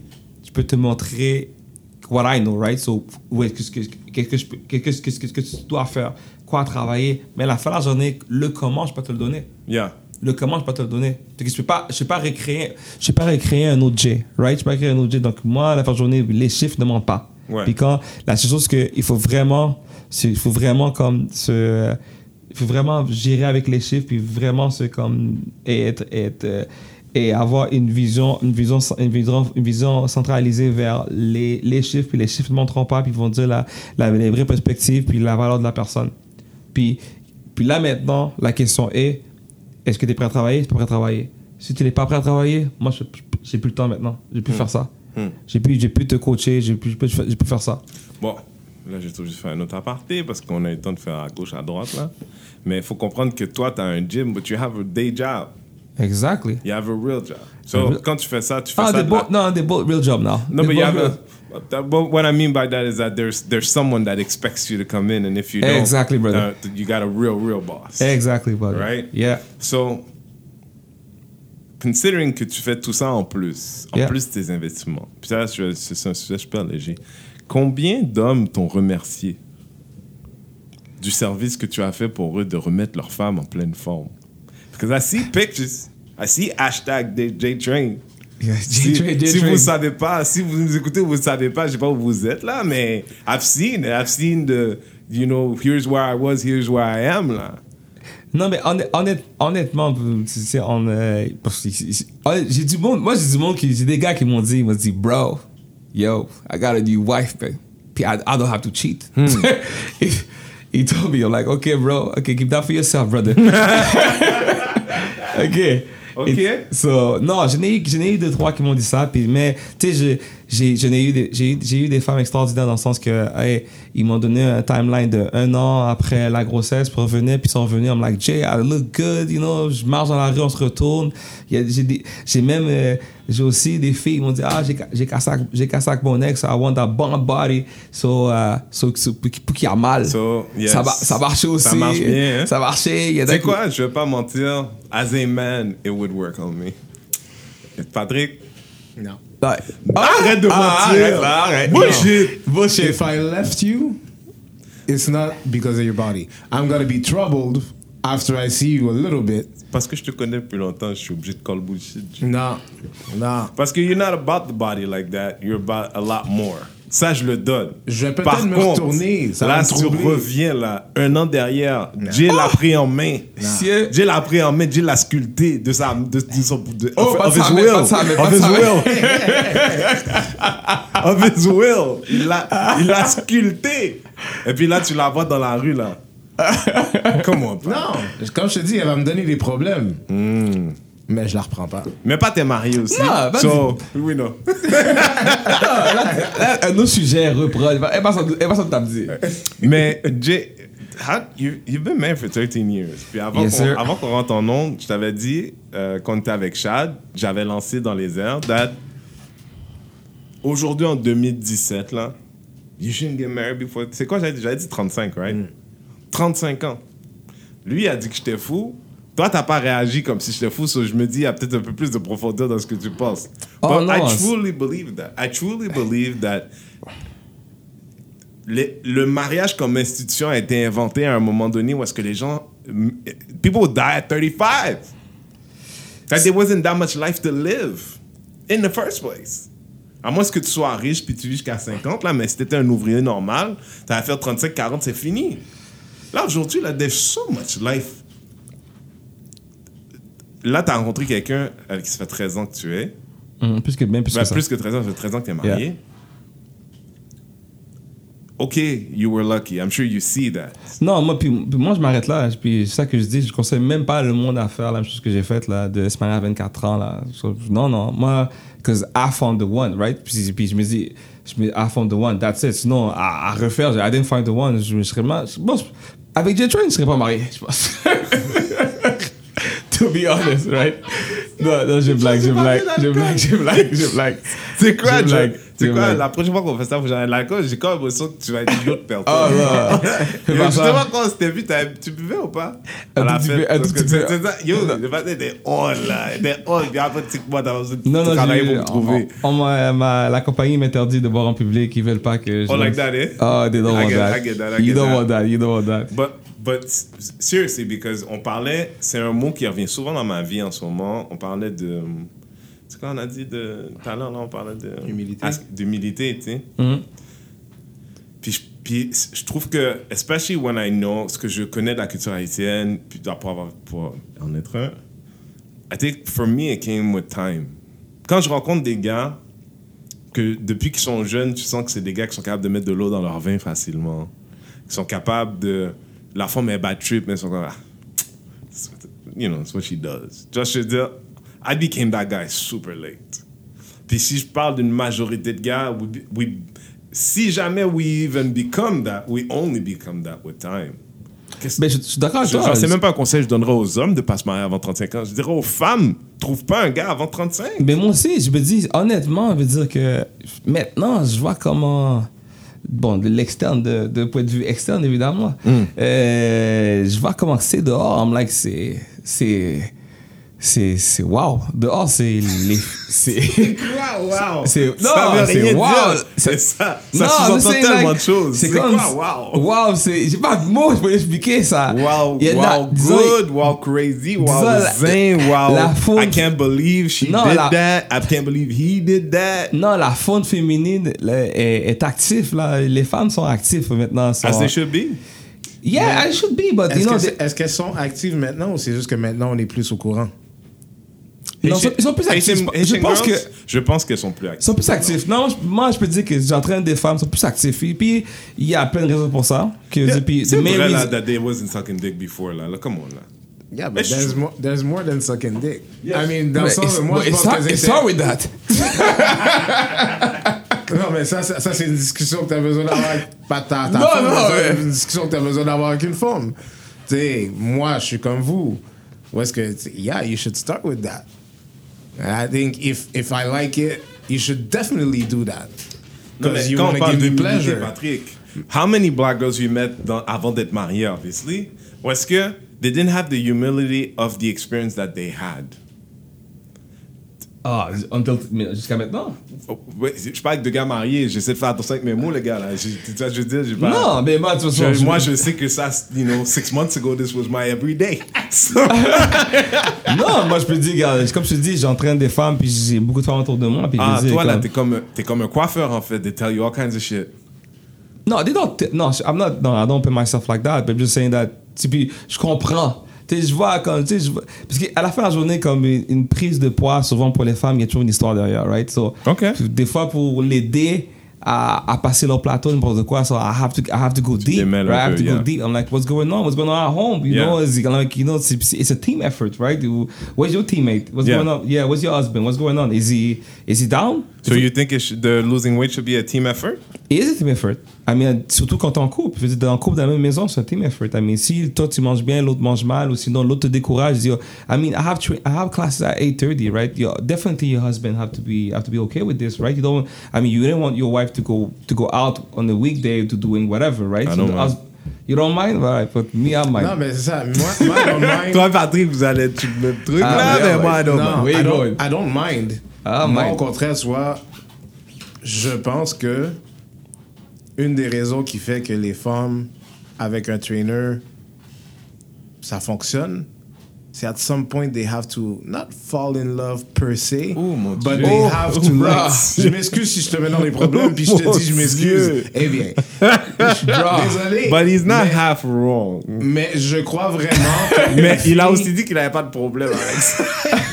what I know, right? So, qu'est-ce que tu dois faire, quoi travailler. Mais à la fin de la journée, le comment, je peux te le donner. Yeah. Le comment, je peux te le donner. Je ne peux pas recréer un autre J, right? Je peux pas recréer un autre J. Donc, moi, à la fin de la journée, les chiffres ne mentent pas. Ouais. Puis quand, la seule chose qu'il faut vraiment, gérer avec les chiffres, puis vraiment et avoir une vision centralisée vers les chiffres, puis les chiffres ne montreront pas, puis ils vont dire les vraies perspectives, puis la valeur de la personne. Puis là, maintenant, la question est-ce que tu es prêt à travailler? Tu es prêt à travailler. Si tu n'es pas prêt à travailler, moi, j'ai plus le temps maintenant. J'ai plus faire ça. J'ai plus te coacher, j'ai plus faire ça. Bon, là, j'ai tout juste fait un autre aparté parce qu'on a eu le temps de faire à gauche, à droite, là. Mais il faut comprendre que toi, tu as un gym, but you have a day job. Exactly. You have a real job. So, quand tu fais ça, tu fais ça... they're both real job now. No, but you have but what I mean by that is that there's someone that expects you to come in, and if you don't, exactly, brother, you got a real boss. Exactly, brother. Right? Yeah. So, considering que tu fais tout ça en plus de tes investissements, puis ça, c'est un sujet super léger. Combien d'hommes t'ont remercié du service que tu as fait pour eux de remettre leur femme en pleine forme? Because I see pictures, I see hashtag JTrain. Si vous ne savez pas, si vous nous écoutez, vous ne savez pas, je ne sais pas où vous êtes là, mais I've seen the, you know, here's where I was, here's where I am là. Non, mais honnêtement, j'ai du monde, j'ai des gars qui m'ont dit, bro, yo, I got a new wife, man. Puis I don't have to cheat. He told me, I'm like, okay, bro, okay, keep that for yourself, brother. Okay. So, non, j'en ai eu 2-3 qui m'ont dit ça, puis, mais tu sais, j'ai eu des femmes extraordinaires dans le sens que ils m'ont donné un timeline de 1 an après la grossesse, puis revenaient, puis ils sont revenus, I'm like, Jay, I look good, you know, je marche dans la rue, on se retourne. J'ai aussi des filles qui m'ont dit, j'ai cassé avec mon ex, I want that bomb body, pour qu'il y a mal. So, yes. Ça marchait aussi. Ça marche bien, hein? Ça marchait. Tu sais quoi, je vais pas mentir, as a man, it would work on me. Patrick? Non. Arrête de mentir. Arrête. Bullshit. If I left you, it's not because of your body. I'm gonna be troubled after I see you a little bit. Parce que je te connais depuis longtemps, je suis obligé de call bullshit. Non. Parce que you're not about the body like that. You're about a lot more. Ça, je le donne. Je vais peut-être Par me contre, retourner. Ça va là, me si tu troubler. reviens, là, un an derrière, Jay l'a pris en main. Si- Jay l'a pris en main, Jay l'a sculpté de sa... De son, de, Oh, pas of de his sa main, will. pas de sa main, pas Of de his sa main. will. Of his will. Il l'a sculpté. Et puis là, tu la vois dans la rue, là. Comment? Non, comme je te dis, elle va me donner des problèmes. Mais je la reprends pas. Mais pas t'es marié aussi. Non, vas-y. So, oui, non. Là, un autre sujet, reprend. Elle va s'en taper. Mais Jay, you've been married for 13 years. Puis Yes, sir. avant qu'on rentre en ondes, je t'avais dit, quand on était avec Chad, j'avais lancé dans les airs that aujourd'hui, en 2017, là, you shouldn't get married before... C'est quoi j'avais dit 35, right? 35 ans. Lui, il a dit que j'étais fou. Toi, t'as pas réagi comme si j'étais fou, so je me dis, il y a peut-être un peu plus de profondeur dans ce que tu penses. Oh, But non, I truly believe that. I truly believe that le mariage comme institution a été inventé à un moment donné où est-ce que les gens... People die at 35. That there wasn't that much life to live in the first place. À moins que tu sois riche puis tu vis jusqu'à 50, là, mais si t'étais un ouvrier normal, t'as à faire 35, 40, c'est fini. Là, aujourd'hui, là, there's so much life. Là, t'as rencontré quelqu'un avec qui ça fait 13 ans que tu es. Plus que bien, plus Ben, que ça. plus que 13 ans, ça fait 13 ans que t'es marié. Yeah. OK, you were lucky. I'm sure you see that. Non, puis moi, je m'arrête là. Puis c'est ça que je dis. Je conseille même pas le monde à faire la même chose que j'ai faite, là, de se marier à 24 ans, là. So, non. Moi, because I found the one, right? Puis je me dis, I found the one, that's it. Sinon, à refaire, I didn't find the one. Je serais mal. Bon, avec J-Train, je serais pas marié, je pense. To be honest, right? Non, je blague. C'est quoi, Je blague, C'est je quoi, blague. la prochaine fois qu'on fait ça, faut que j'arrête l'alcool, j'ai comme l'impression que tu vas être une autre personne. Oh, non. Fais pas Justement, ça. quand on s'était vu, tu buvais ou pas? Un À la tout petit fête, peu, un parce tout que petit peu. c'est ça. Yo, le matin, était on, là. Était on. Puis après, tu sais que moi, t'as besoin de Non, travailler pour me trouver. la compagnie m'interdit de boire en public. Ils veulent pas que je... Oh, like that, eh? Oh, they don't I want get- that. I get that, I You get don't that. want that. You don't want that. But seriously, because on parlait, c'est un mot qui revient souvent dans ma vie en ce moment. On parlait de... C'est quoi on a dit de... Tout à l'heure, là, on parlait de... Humilité. D'humilité, tu sais. Mhm. Puis je trouve que, especially when I know ce que je connais de la culture haïtienne, puis pour en être un, I think for me it came with time. Quand je rencontre des gars que depuis qu'ils sont jeunes, tu sens que c'est des gars qui sont capables de mettre de l'eau dans leur vin facilement, qui sont capables de, la femme est bad trip, mais ils sont comme, you know, it's what she does. Tu vois, je veux dire, I became that guy super late. Puis si je parle d'une majorité de gars, si jamais we even become that, we only become that with time. Ben, je suis d'accord avec toi. C'est même pas un conseil que je donnerais aux hommes de pas se marier avant 35 ans. Je dirais aux femmes, trouve pas un gars avant 35. Mais moi aussi, je me dis, honnêtement, je veux dire que maintenant, je vois comment. Bon, de l'externe, de point de vue externe, évidemment. Je vois comment c'est dehors. I'm like, c'est wow. Dehors, c'est les. Wow. C'est Ça veut non, c'est rien wow. dire. C'est ça. Ça Non, sous-entend c'est tellement like- de choses. C'est C'est comme quoi, wow? Wow, c'est j'ai pas de mots, je peux expliquer ça. Wow, Il y en a- wow, disons- good, wow, crazy, wow, disons, zen, wow. la faune- I can't believe she Non, did la- that. I can't believe he did that. Non, la faune féminine là, est active là. Les femmes sont actives maintenant. Sont... As they should be. Yeah, I should be, but you know, Est-ce qu'elles sont actives maintenant ou c'est juste que maintenant on est plus au courant? non, ils sont plus actifs. Je pense qu'elles sont plus Ils actives. sont plus actifs. Non, moi, je peux dire que j'entraîne des femmes, sont plus actifs. Et puis, il y a plein de raisons pour ça. Puis, C'est the main vrai là reason- that they wasn't sucking dick before là. Come on là. Yeah, but It's there's more than sucking dick. Yes. I mean, dans le Ouais, sens, moi, je it's pense hard- qu'elles it's étaient- hard with that. Non, mais ça c'est une discussion que tu as besoin d'avoir avec pas ta Non, femme, non, mais ça, ouais. c'est une discussion que tu as besoin d'avoir avec une femme. Tu sais, moi, je suis comme vous. Où est-ce que, yeah, you should start with that. And I think if I like it, you should definitely do that. Non, Because mais you quand want on to parle give me d'humilité, pleasure. Patrick, how many black girls you met avant d'être mariés, obviously? Ou est-ce que they didn't have the humility of the experience that they had? Ah, jusqu'à maintenant? Oh, ouais, je parle avec de gars mariés, j'essaie de faire attention avec mes mots, les gars, là. Tu vois, je veux dire, j'ai pas... Non, mais moi, de toute façon... Moi, je sais que ça, 6 months ago, this was my everyday. So... Non, moi, je peux dire, regarde, comme je te dis, j'entraîne des femmes, puis j'ai beaucoup de femmes autour de moi, puis Ah, je dis, toi, là, t'es comme un coiffeur, en fait. They tell you all kinds of shit. No, they don't. No, I'm not. No, I don't put myself like that. But I'm just saying that. Puis je comprends. Tu sais, je vois comme. Tu sais, parce qu'à la fin de la journée, comme une prise de poids, souvent pour les femmes, il y a toujours une histoire derrière, right? So, des fois, pour l'aider à passer leur plateau, n'importe quoi, so I have to go deep. Right? I have to go deep. I'm like, what's going on? What's going on at home? You know, it's a team effort, right? Where's your teammate? What's going on? Yeah, where's your husband? What's going on? Is he down? So you think the losing weight should be a team effort? It is a team effort. I mean, surtout quand t'es en couple. Je veux dire, en couple dans la même maison, c'est un team effort. I mean, si toi tu manges bien, l'autre mange mal, ou sinon l'autre te décourage, I mean, I have classes at 8:30, right? Definitely your husband have to be okay with this, right? You didn't want your wife to go out on the weekday to doing whatever, right? I don't mind. You don't mind, right? But me, I mind. Non, mais c'est ça. Moi, I don't mind. Toi, Patrick, vous allez être le même truc là, mais moi, I don't mind. I don't mind. Moi, au contraire, je pense que une des raisons qui fait que les femmes avec un trainer, ça fonctionne, c'est at some point they have to not fall in love per se, but they have to je m'excuse si je te mets dans les problèmes puis je te dis je m'excuse. Eh bien, désolé. But he's not half wrong. Mais je crois vraiment que mais il a aussi dit qu'il n'avait pas de problème avec ça.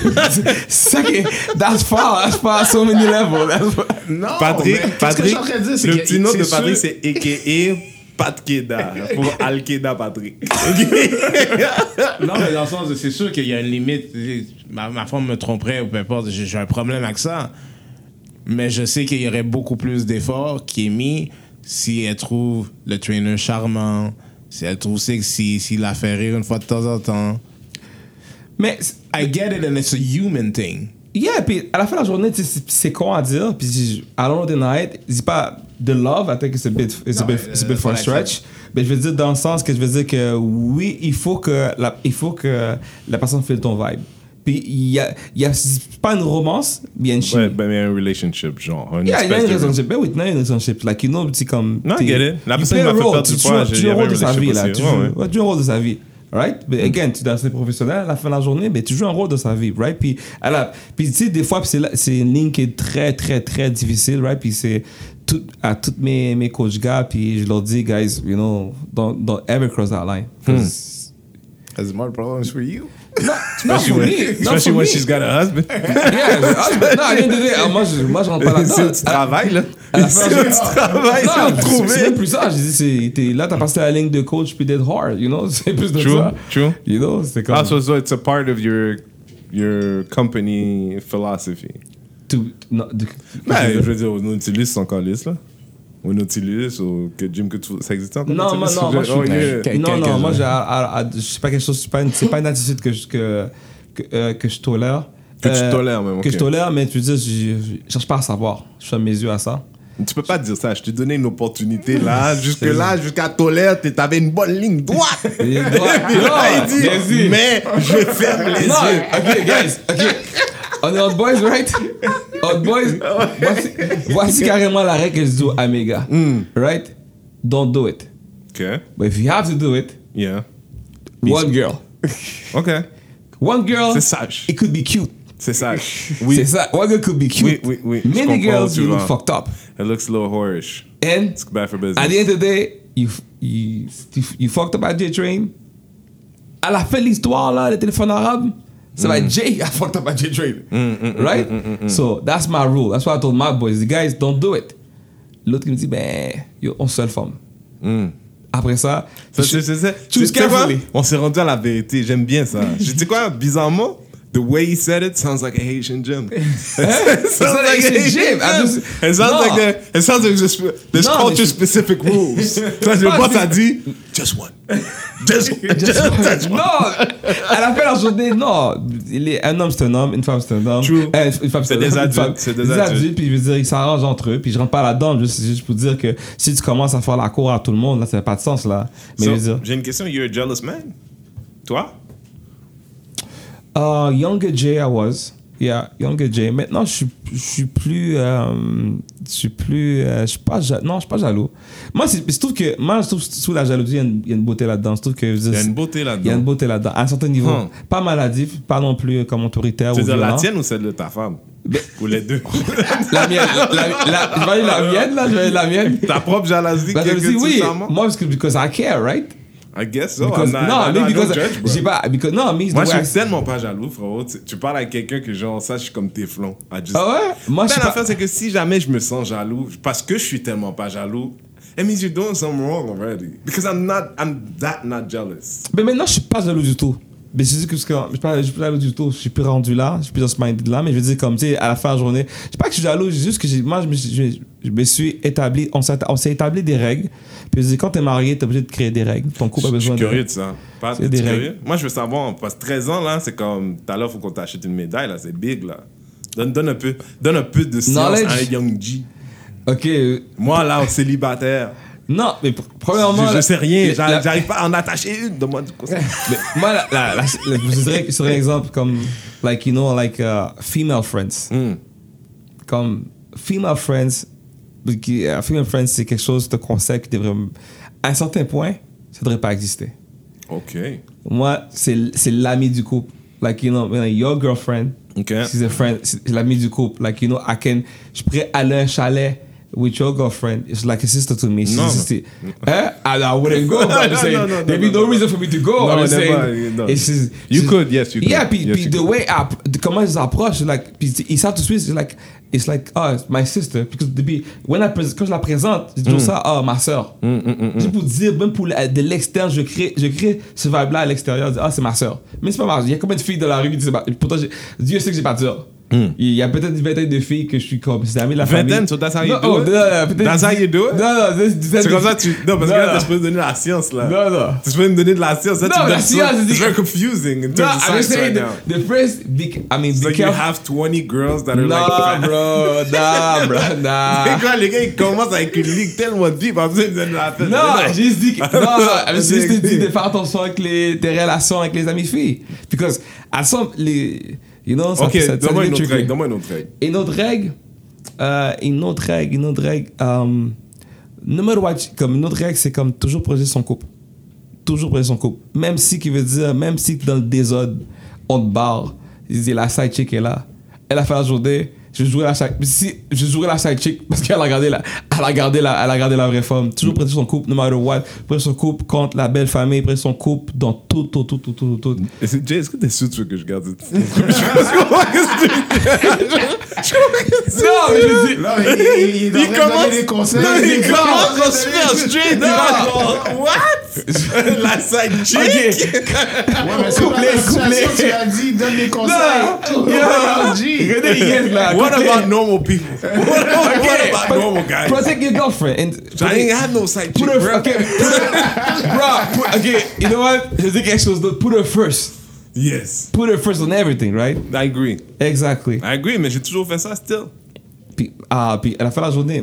That's far so many levels. Non, Patrick, le petit nom de Patrick, c'est a.k.a. Pat Keda pour Al-Qaeda Patrick. Non, mais dans le sens, c'est sûr qu'il y a une limite. Ma femme me tromperait ou peu importe, j'ai un problème avec ça. Mais je sais qu'il y aurait beaucoup plus d'efforts qui est mis si elle trouve le trainer charmant, si elle trouve sexy, s'il la fait rire une fois de temps en temps. Mais I get it and it's a human thing. Yeah, puis à la fin de la journée, c'est con à dire. Puis I don't deny it. Je dis pas the love. I think it's a bit for a stretch. Mais je veux dire dans le sens que je veux dire que oui, il faut que la personne file ton vibe. Puis il y a pas une romance, bien une chimie. Ouais, ben il y a un relationship genre. Il y a une relationship. Ben oui, il y a une relationship. Like you know, c'est comme. Non, I get it. La personne m'a fait perdre du poids. Tu joues un rôle de sa vie là. Tu joues un rôle de sa vie. Right? But again, tu es dans le professionnel, à la fin de la journée, mais tu joues un rôle de sa vie, right? Puis tu sais, des fois, c'est une ligne qui est très, très, très difficile, right? Puis c'est à tous mes coachs gars, puis je leur dis, guys, you know, don't ever cross that line. Has more problems for you? Especially when she's got a husband. Yeah, husband. Non, rien de dire. Moi, je rentre pas là-dedans. C'est du travail, là. C'est du travail, c'est même plus ça. Je dis, là, t'as passé la ligne de coach puis d'être hard, you know? C'est plus de ça. True. You know, c'est comme... Ah, so it's a part of your company philosophy. Je veux dire, au Nautilus, c'est encore lisse, là. Au Nautilus, ou que Jim, ça existe encore? Non, moi, c'est pas quelque chose, c'est pas une attitude que je tolère. Que tu tolères, même. Que je tolère, mais tu veux dire, je cherche pas à savoir. Je ferme mes yeux à ça. Tu peux pas dire ça. Je t'ai donné une opportunité là. Jusqu'à tolère, t'avais une bonne ligne droite. Il dit, mais je ferme les yeux. Ok, guys. Ok. On est Hot Boys, right? Hot Boys. Voici carrément la règle que je dis à mes gars. Right? Don't do it. Okay. But if you have to do it, yeah. One girl. Okay. One girl. C'est sage. It could be cute. C'est sage. Oui. C'est ça. One girl could be cute. Oui. Many girls, you look fucked up. It looks a little whorish. And it's bad for business. At the end of the day, you fucked up at J-Train. À la fin de l'histoire, là, le téléphone arabe, ça va être Jay, I fucked up at J-Train. Right? So, that's my rule. That's why I told my boys, the guys, don't do it. L'autre qui me dit, yo, on seule femme. Après ça, choose carefully. On s'est rendu à la vérité. J'aime bien ça. Tu sais quoi, bizarrement, the way he said it sounds like a Haitian gym. It sounds like a Haitian gym. It sounds like there's culture-specific rules. Le boss a dit, just one. Just one. Non! À la fin de la journée, non. Un homme, c'est un homme. Une femme, c'est un homme. True. Une femme, c'est des adultes. C'est des adultes. Puis je veux dire, ils s'arrangent entre eux. Puis je rentre pas là-dedans. Juste pour dire que si tu commences à faire la cour à tout le monde, là, ça n'a pas de sens, là. Mais j'ai une question. You're a jealous man? Toi? Younger Jay, I was. Yeah, Younger Jay. Maintenant, je suis plus, je suis pas jaloux. Moi, je trouve sous la jalousie, il y a une beauté là-dedans. Je trouve que Il y a une beauté là-dedans. il y a une beauté là-dedans, à un certain niveau. Pas maladif, pas non plus comme autoritaire. Tu ou veux dire la violent. tienne ou celle de ta femme? Ou les deux? La mienne, je vais aller la mienne, là, je vais aller la mienne. Ta propre jalousie Bah, que tu oui, charmant? moi, because I care, right? I guess so. Because, I don't judge, bro. j'ai pas, because, non, me, Moi, the je way suis tellement pas jaloux, frérot. Tu parles avec quelqu'un que genre, ça, je suis comme Téflon. Ah ouais? Moi, je suis L'affaire, pas... c'est que si jamais je me sens jaloux, parce que je suis tellement pas jaloux, it means you're doing something wrong already. Because I'm that not jealous. Mais maintenant, je suis pas jaloux du tout. Mais je dis que je suis pas jaloux du tout. Je suis plus rendu là, je suis plus dans ce mind-là. Mais je veux dire, comme, tu sais, à la fin de la journée, je sais pas que je suis jaloux, c'est juste que moi, je me suis établi, on s'est établi des règles. Puis je dis, quand t'es marié, t'es obligé de créer des règles. Ton couple a Je besoin suis de curieux de ça. Pas C'est des curieux. règles. Moi, je veux savoir, parce que 13 ans, là, c'est comme, tout à l'heure, il faut qu'on t'achète une médaille, là, c'est big, là. Donne un peu de science Knowledge. à un Young G. Ok. Moi, là, célibataire, Non, mais premièrement... je sais rien, la- j'arrive pas à en attacher une, donne-moi du conseil. Mais moi, je dirais que sur un exemple comme, like, you know, like, female friends. Comme, female friends, female friends, c'est quelque chose de concept qui devrait, à un certain point, ça devrait pas exister. OK. Moi, c'est l'ami du couple. Like, you know, your girlfriend, OK. she's a friend, c'est l'ami du couple. Like, you know, je pourrais aller à un chalet with your girlfriend. It's like a sister to me. She's No. a sister. I wouldn't go, but I'm saying, No, there'd be no reason for me to go. No, I'm never, saying, no. you could, yes, you could. Yeah, puis Yes, you the could. way, comment ils approchent, like, puis ils savent tout de suite, it's like, oh, it's my sister. Because quand je la présente, c'est toujours ça, oh, ma soeur. Juste pour dire, même pour de l'extérieur, je crée ce vibe-là à l'extérieur, dire, ah, c'est ma soeur. Mais c'est pas mal. Il y a combien de filles dans la rue qui disent, pourtant, Dieu sait que j'ai pas de soeur. Il y a peut-être une vingtaine de filles que je suis comme, c'est amis de la famille. Vingtaine, so that's how you Non, do oh, it? peut-être- That's how you do it? Non, C'est comme ça, non, parce que là, Non. t'es supposé donner la science, là. Non. T'es supposé me donner de la science. Là, Non, tu me la donnes science, ça. c'est- It's very confusing in No, terms of I'm science just saying right now. the first, be So you careful. have 20 girls that are Nah, like... bro, nah. C'est quoi, les gars, ils commencent avec une ligue tellement deep, en plus, ils me donnent la tête. Non, j'ai juste dit que, non, j'ai juste C'est- dit de faire attention avec tes relations avec les amis filles. Because, at some, you know, ça Ok, ça donne-moi devient une autre tricky. règle, donne-moi une autre règle. Une autre règle, no matter what, comme une autre règle, c'est comme toujours protéger son couple. Toujours protéger son couple. Même si dans le désordre, on te barre, il dit la side chick est là. Elle a fait la journée, je jouerai la side chick parce qu'elle a gardé la vraie forme. Toujours protéger son couple, no matter what. Protéger son couple contre la belle famille, protéger son couple dans tout. Jay, est-ce que t'es sûr que tu veux que je garde ça? Non, mais je dis, Non, il est en train de donner des conseils. Il Non, commence à super straight. What? La side chick? Ouais, mais c'est pas la situation, tu as dit, donne des conseils. Regardez les gars, là. What Écoutez. about normal people? What about normal guys? Protect your girlfriend. I ain't had no side chick, Put her, bro. okay, okay, you know what? Je dis quelque chose d'autre. Put her first. Yes, Put her first on everything, right? I agree. Exactly. I agree, mais j'ai toujours fait ça still. Puis à la fin de la journée,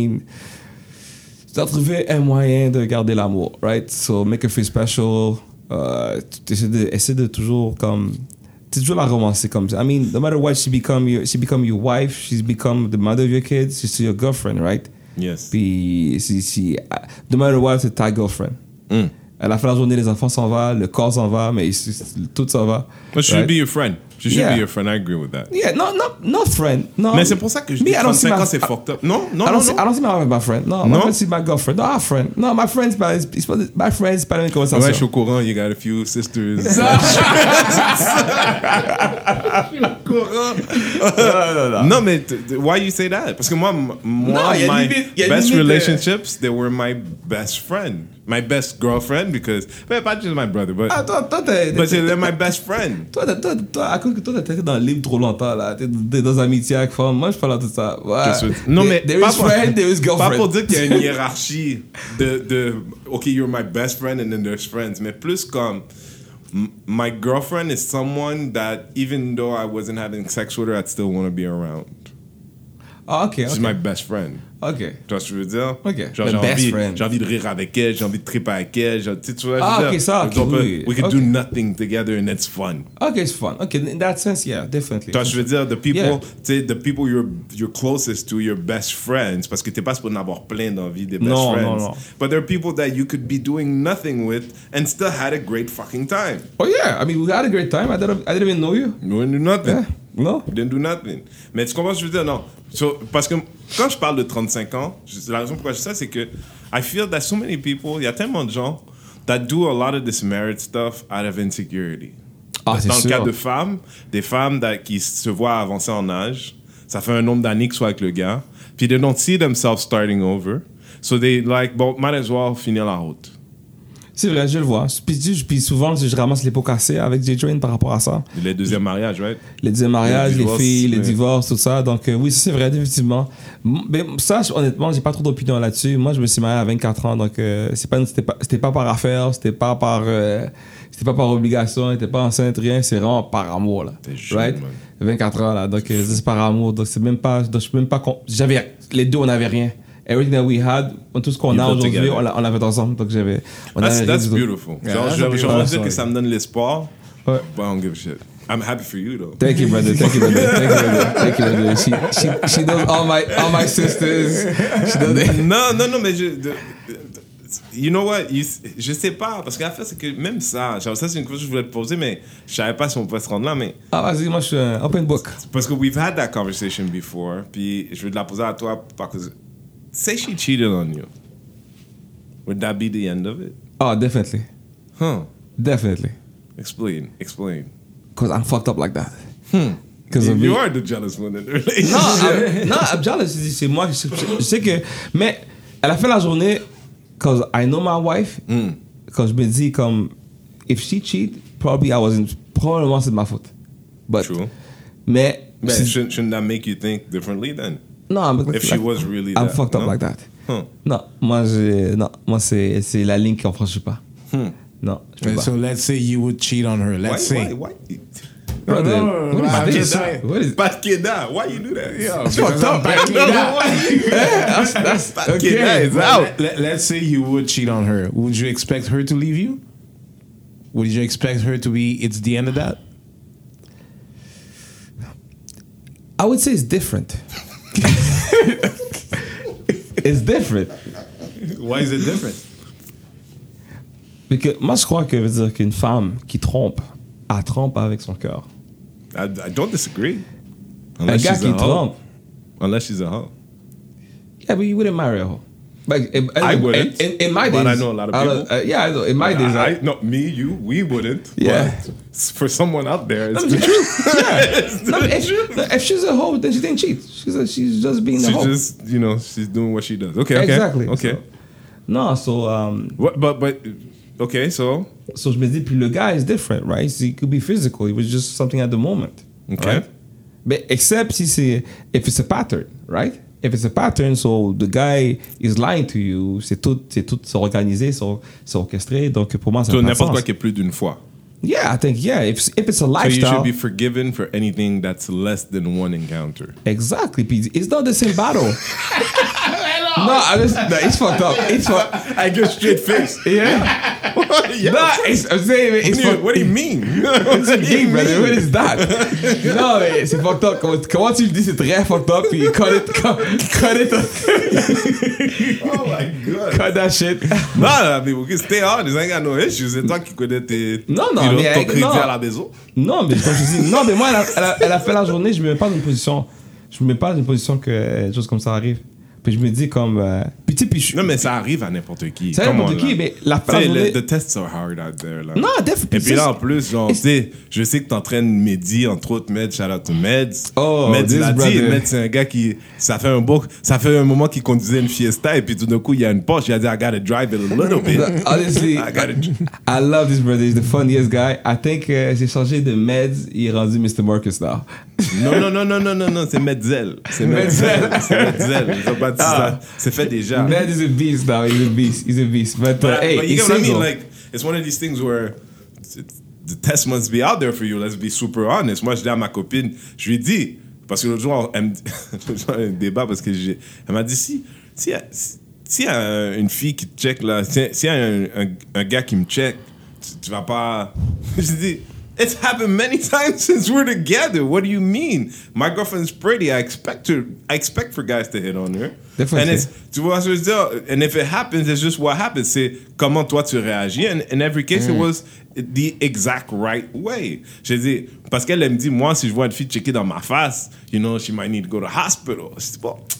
tu dois trouver un moyen de garder l'amour, right? So make her feel special. Essaie de toujours comme... Tu toujours la romancer comme ça. No matter what, she become your wife, she's become the mother of your kids, she's your girlfriend, right? Yes. Puis, no matter what, c'est ta girlfriend. À la fin de la journée, les enfants s'en vont, le corps s'en va, mais tout s'en va. But she should right? be your friend. She should Yeah. be your friend. I agree with that. Yeah, no friend. No. Mais c'est pour ça que je Me, dis I don't see 35 my- ans, c'est fucked up. Non, I don't see my friend. No, my Non? friend, c'est my girlfriend. No, our friend. No, my friend, my friend, c'est pas la même conversation. Ouais, je suis au courant, you got a few sisters. Non, mais why you say that? Parce que moi, il y a my limite- il y a best limite, relationships, they were my best friend. My best girlfriend, because, but not just my brother, but, Toi, but they're my best friend. toi, à cause que toi, t'as été dans le livre trop longtemps, là. T'es dans amitié avec femme. Moi, je parle de tout ça. Ouais. Qu'est-ce que- Non, mais There pas is pour- friend, there is Pas girlfriend. pour dire qu'il y a une hiérarchie de okay, you're my best friend and then there's friends, mais plus comme my girlfriend is someone that even though I wasn't having sex with her, I'd still want to be around. Ah, ok, She's my best friend. Ok. Tu vois ce que je veux dire? Ok. Genre, The best friend. j'ai envie de rire avec elle, j'ai envie de triper avec elle. Tu vois, Ah, je veux ok, dire, ça, ok, oui. We can Ok. do nothing together and it's fun. Okay, it's fun. Okay, in that sense, yeah, definitely. Tu vois, je veux dire, the people, Yeah. tu sais, the people you're closest to, your best friends, parce que t'es pas supposé en avoir plein d'envie des best Non, friends. non, non. But there are people that you could be doing nothing with and still had a great fucking time. Oh yeah, I mean, we had a great time. I didn't even know you. You didn't do nothing. Yeah. No. You didn't do nothing. Mais tu comprends ce que je veux dire? Non. So, parce que quand je parle de 35 ans, la raison pourquoi je dis ça, c'est que I feel that so many people, il y a tellement de gens that do a lot of this marriage stuff out of insecurity. Ah, c'est Dans sûr. le cas de femmes, des femmes qui se voient avancer en âge, ça fait un nombre d'années qu'ils sont avec le gars, puis they don't see themselves starting over. So they like, bon, might as well finir la route. C'est vrai, je le vois. Puis souvent, je ramasse les pots cassés avec J-Train par rapport à ça. Les deuxièmes mariages, right? Les deuxièmes mariages, Les les divorces, filles, les ouais. divorces, tout ça. Donc oui, ça, c'est vrai, définitivement. Mais ça, honnêtement, j'ai pas trop d'opinion là-dessus. Moi, je me suis marié à 24 ans, donc c'était pas par affaire, c'était pas par obligation, j'étais pas enceinte, rien. C'est vraiment par amour, là. T'es jeune, Right? man. 24 ans, là. Donc c'est par amour. Donc c'est même pas... Donc, je suis même pas... J'avais... Les deux, on n'avait rien. Everything that we had, tout ce qu'on You a put aujourd'hui, together. on l'avait ensemble. Donc j'avais... On avait rien That's du tout. beautiful. Yeah, Genre, that's a je beautiful veux dire story. que ça me donne l'espoir, Ouais. but I don't give a shit. I'm happy for you, though. Thank you, brother. Thank you, brother. Thank you, brother. Thank you, brother. She knows all my sisters. She knows it. Non, mais you know what? Je sais pas, parce que l'affaire, c'est que même ça, genre, ça, c'est une question que je voulais te poser, mais je savais pas si on pouvait se rendre là, mais Ah, vas-y, moi, je suis un open book. parce que we've had that conversation before, puis je vais te la poser à toi, parce que, say she cheated on you. Would that be the end of it? Oh, definitely. Huh. Definitely. Explain. Because I'm fucked up like that. Because You are the jealous one in the relationship. Non, I'm jealous. C'est moi. Je sais que... Mais à la fin de la journée, because I know my wife, quand je me dis comme... If she cheat, probablement c'est de ma faute. But, True. Mais... But c'est- shouldn't that make you think differently then? Non, I'm, If she was really I'm that, fucked up no? like that. Huh. Non, moi c'est la ligne qu'on franchit pas. Non, je peux pas. So let's say you would cheat on her. Let's say. Why? Brother, No, what is I'm this? just saying. What is Pas de Keda. Why you do that? Yeah, It's because fucked I'm up. backing No, it up. why? that's Pas de Keda is Well, out. let's say you would cheat on her. Would you expect her to leave you? Would you expect her to be, it's the end of that? I would say it's different. It's different. Why is it different? Parce que moi je crois que veut dire qu'une femme qui trompe, elle trompe avec son cœur. I don't disagree. Un Unless gars she's qui a hoe. trompe, Unless she's a hoe. yeah, but you wouldn't marry a hoe. Like, I wouldn't, In my but days, I know a lot of people. Yeah, I know. In my days, No, me, you, we wouldn't. Yeah. But for someone out there, it's No, but if she's a hoe, then she didn't cheat. She's just being a she hoe. just, she's doing what she does. Okay. Exactly. Okay. So, no, so But okay, so so je me dis, puis le guy is different, right? It could be physical. It was just something at the moment. Okay. Right? But except if it's a pattern, right? If it's a pattern, so the guy is lying to you, c'est tout organisé, c'est orchestré. Donc pour moi, ça so n'a pas de n'importe sens. quoi qui est plus d'une fois. Yeah, I think if it's a So you lifestyle, should be forgiven for anything that's less than one encounter. exactly. Puis it's not the same battle. No, it's fucked up. I get straight face. Yeah. Yeah. No, I'm saying it's fucked. What do you mean? It's a game, brother. What is that? Non, mais c'est fucked up. Comment tu le dis, c'est très fucked up. Puis cut it. Oh my god. Cut that shit. No, I mean, we can stay honest. I ain't got no issues. C'est toi qui connais tes, Non, mais ton crédit non. à la maison. Non, mais comme je dis, non, mais moi, elle a fait la journée, je me mets pas dans une position. Je me mets pas dans une position que des choses comme ça arrivent. Puis je me dis comme. Puis tu sais, puis je. Non, mais ça arrive à n'importe qui. Ça Come n'importe on, qui, là. mais la Tu sais, journée. the tests are hard out there. Là. Non, Et puis là, en plus, genre, tu sais, je sais que t'entraînes Mehdi, entre autres, Med, shout out to Meds. Oh, Meds, il this a dit, brother. Meds, c'est un gars qui, ça fait un moment qu'il conduisait une Fiesta, et puis tout d'un coup, il y a une Porsche, il a dit, I gotta drive it a little bit. Honestly, I gotta... I love this brother. He's the funniest guy. I think j'ai changé de Meds, il est rendu Mr. Marcus now. Non, c'est Medzel. C'est Medzel. C'est Medzel. Ils ont baptisé ça. C'est fait déjà. Meds is a beast now. He's a beast. But, hey, But you he's get what I mean? single. Like, it's one of these things where the test must be out there for you. Let's be super honest. Moi, je dis à ma copine, je lui dis, Parce que l'autre jour, elle me dit, l'autre jour, un débat parce que elle m'a dit s'il y a une fille qui te check là, s'il y a un gars qui me check, tu vas pas. Je dis, it's happened many times since we're together. What do you mean? My girlfriend's pretty. I expect for guys to hit on her. Definitely. And it's, tu vois ce que je veux dire? And if it happens, it's just what happens. C'est comment toi tu réagis. And in every case, it was the exact right way. Je dis, parce qu'elle me dit, moi, si je vois une fille checker dans ma face, you know, she might need to go to hospital. Je dis, bon,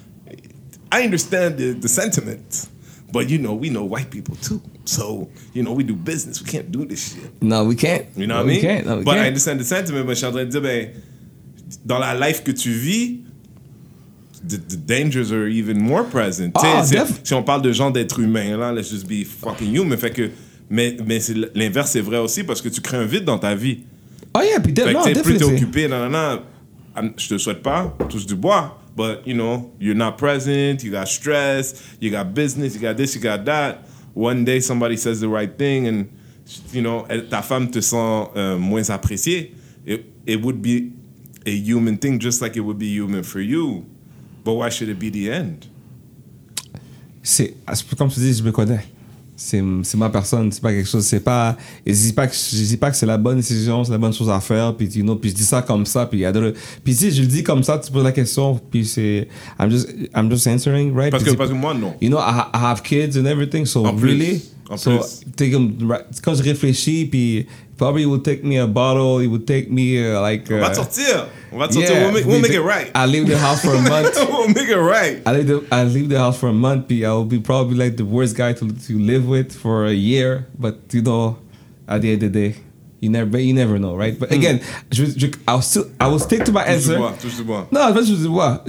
I understand the sentiment. But, you know, we know white people too. So, you know, we do business. We can't do this shit. No, we can't. You know what I mean? Can't. No, we But can't. I understand the sentiment. Mais je suis en train de dire, ben, dans la life que tu vis, the dangers are even more present. Ah, Si on parle de gens d'êtres humains, là, let's just be fucking human. Fait que, mais l'inverse est vrai aussi parce que tu crées un vide dans ta vie. Oh yeah, puis Fait que t'es plus definitely. occupé, je te souhaite pas, touche du bois. But, you know, you're not present, you got stress, you got business, you got this, you got that. One day, somebody says the right thing and, you know, ta femme te sent moins appréciée. It would be a human thing just like it would be human for you. But why should it be the end? C'est comme tu dis, je me connais. C'est ma personne, c'est pas quelque chose, c'est pas. Je dis pas que c'est la bonne décision, c'est la bonne chose à faire, puis you know, puis je dis ça comme ça, puis puis si je le dis comme ça, tu poses la question, puis c'est. I'm just answering, right? Parce que moi, non. You know, I have kids and everything, so En plus, really. en So plus. quand je réfléchis, puis probably it would take me a bottle, it would take me like. On va te sortir. Yeah, We'll make it right. I leave the house for a month. We'll make it right. I leave the house for a month. I will be probably like the worst guy to live with for a year. But you know, at the end of the day, you never know, right? But again, I will stick to my answer. Touche du bois. No, that's just what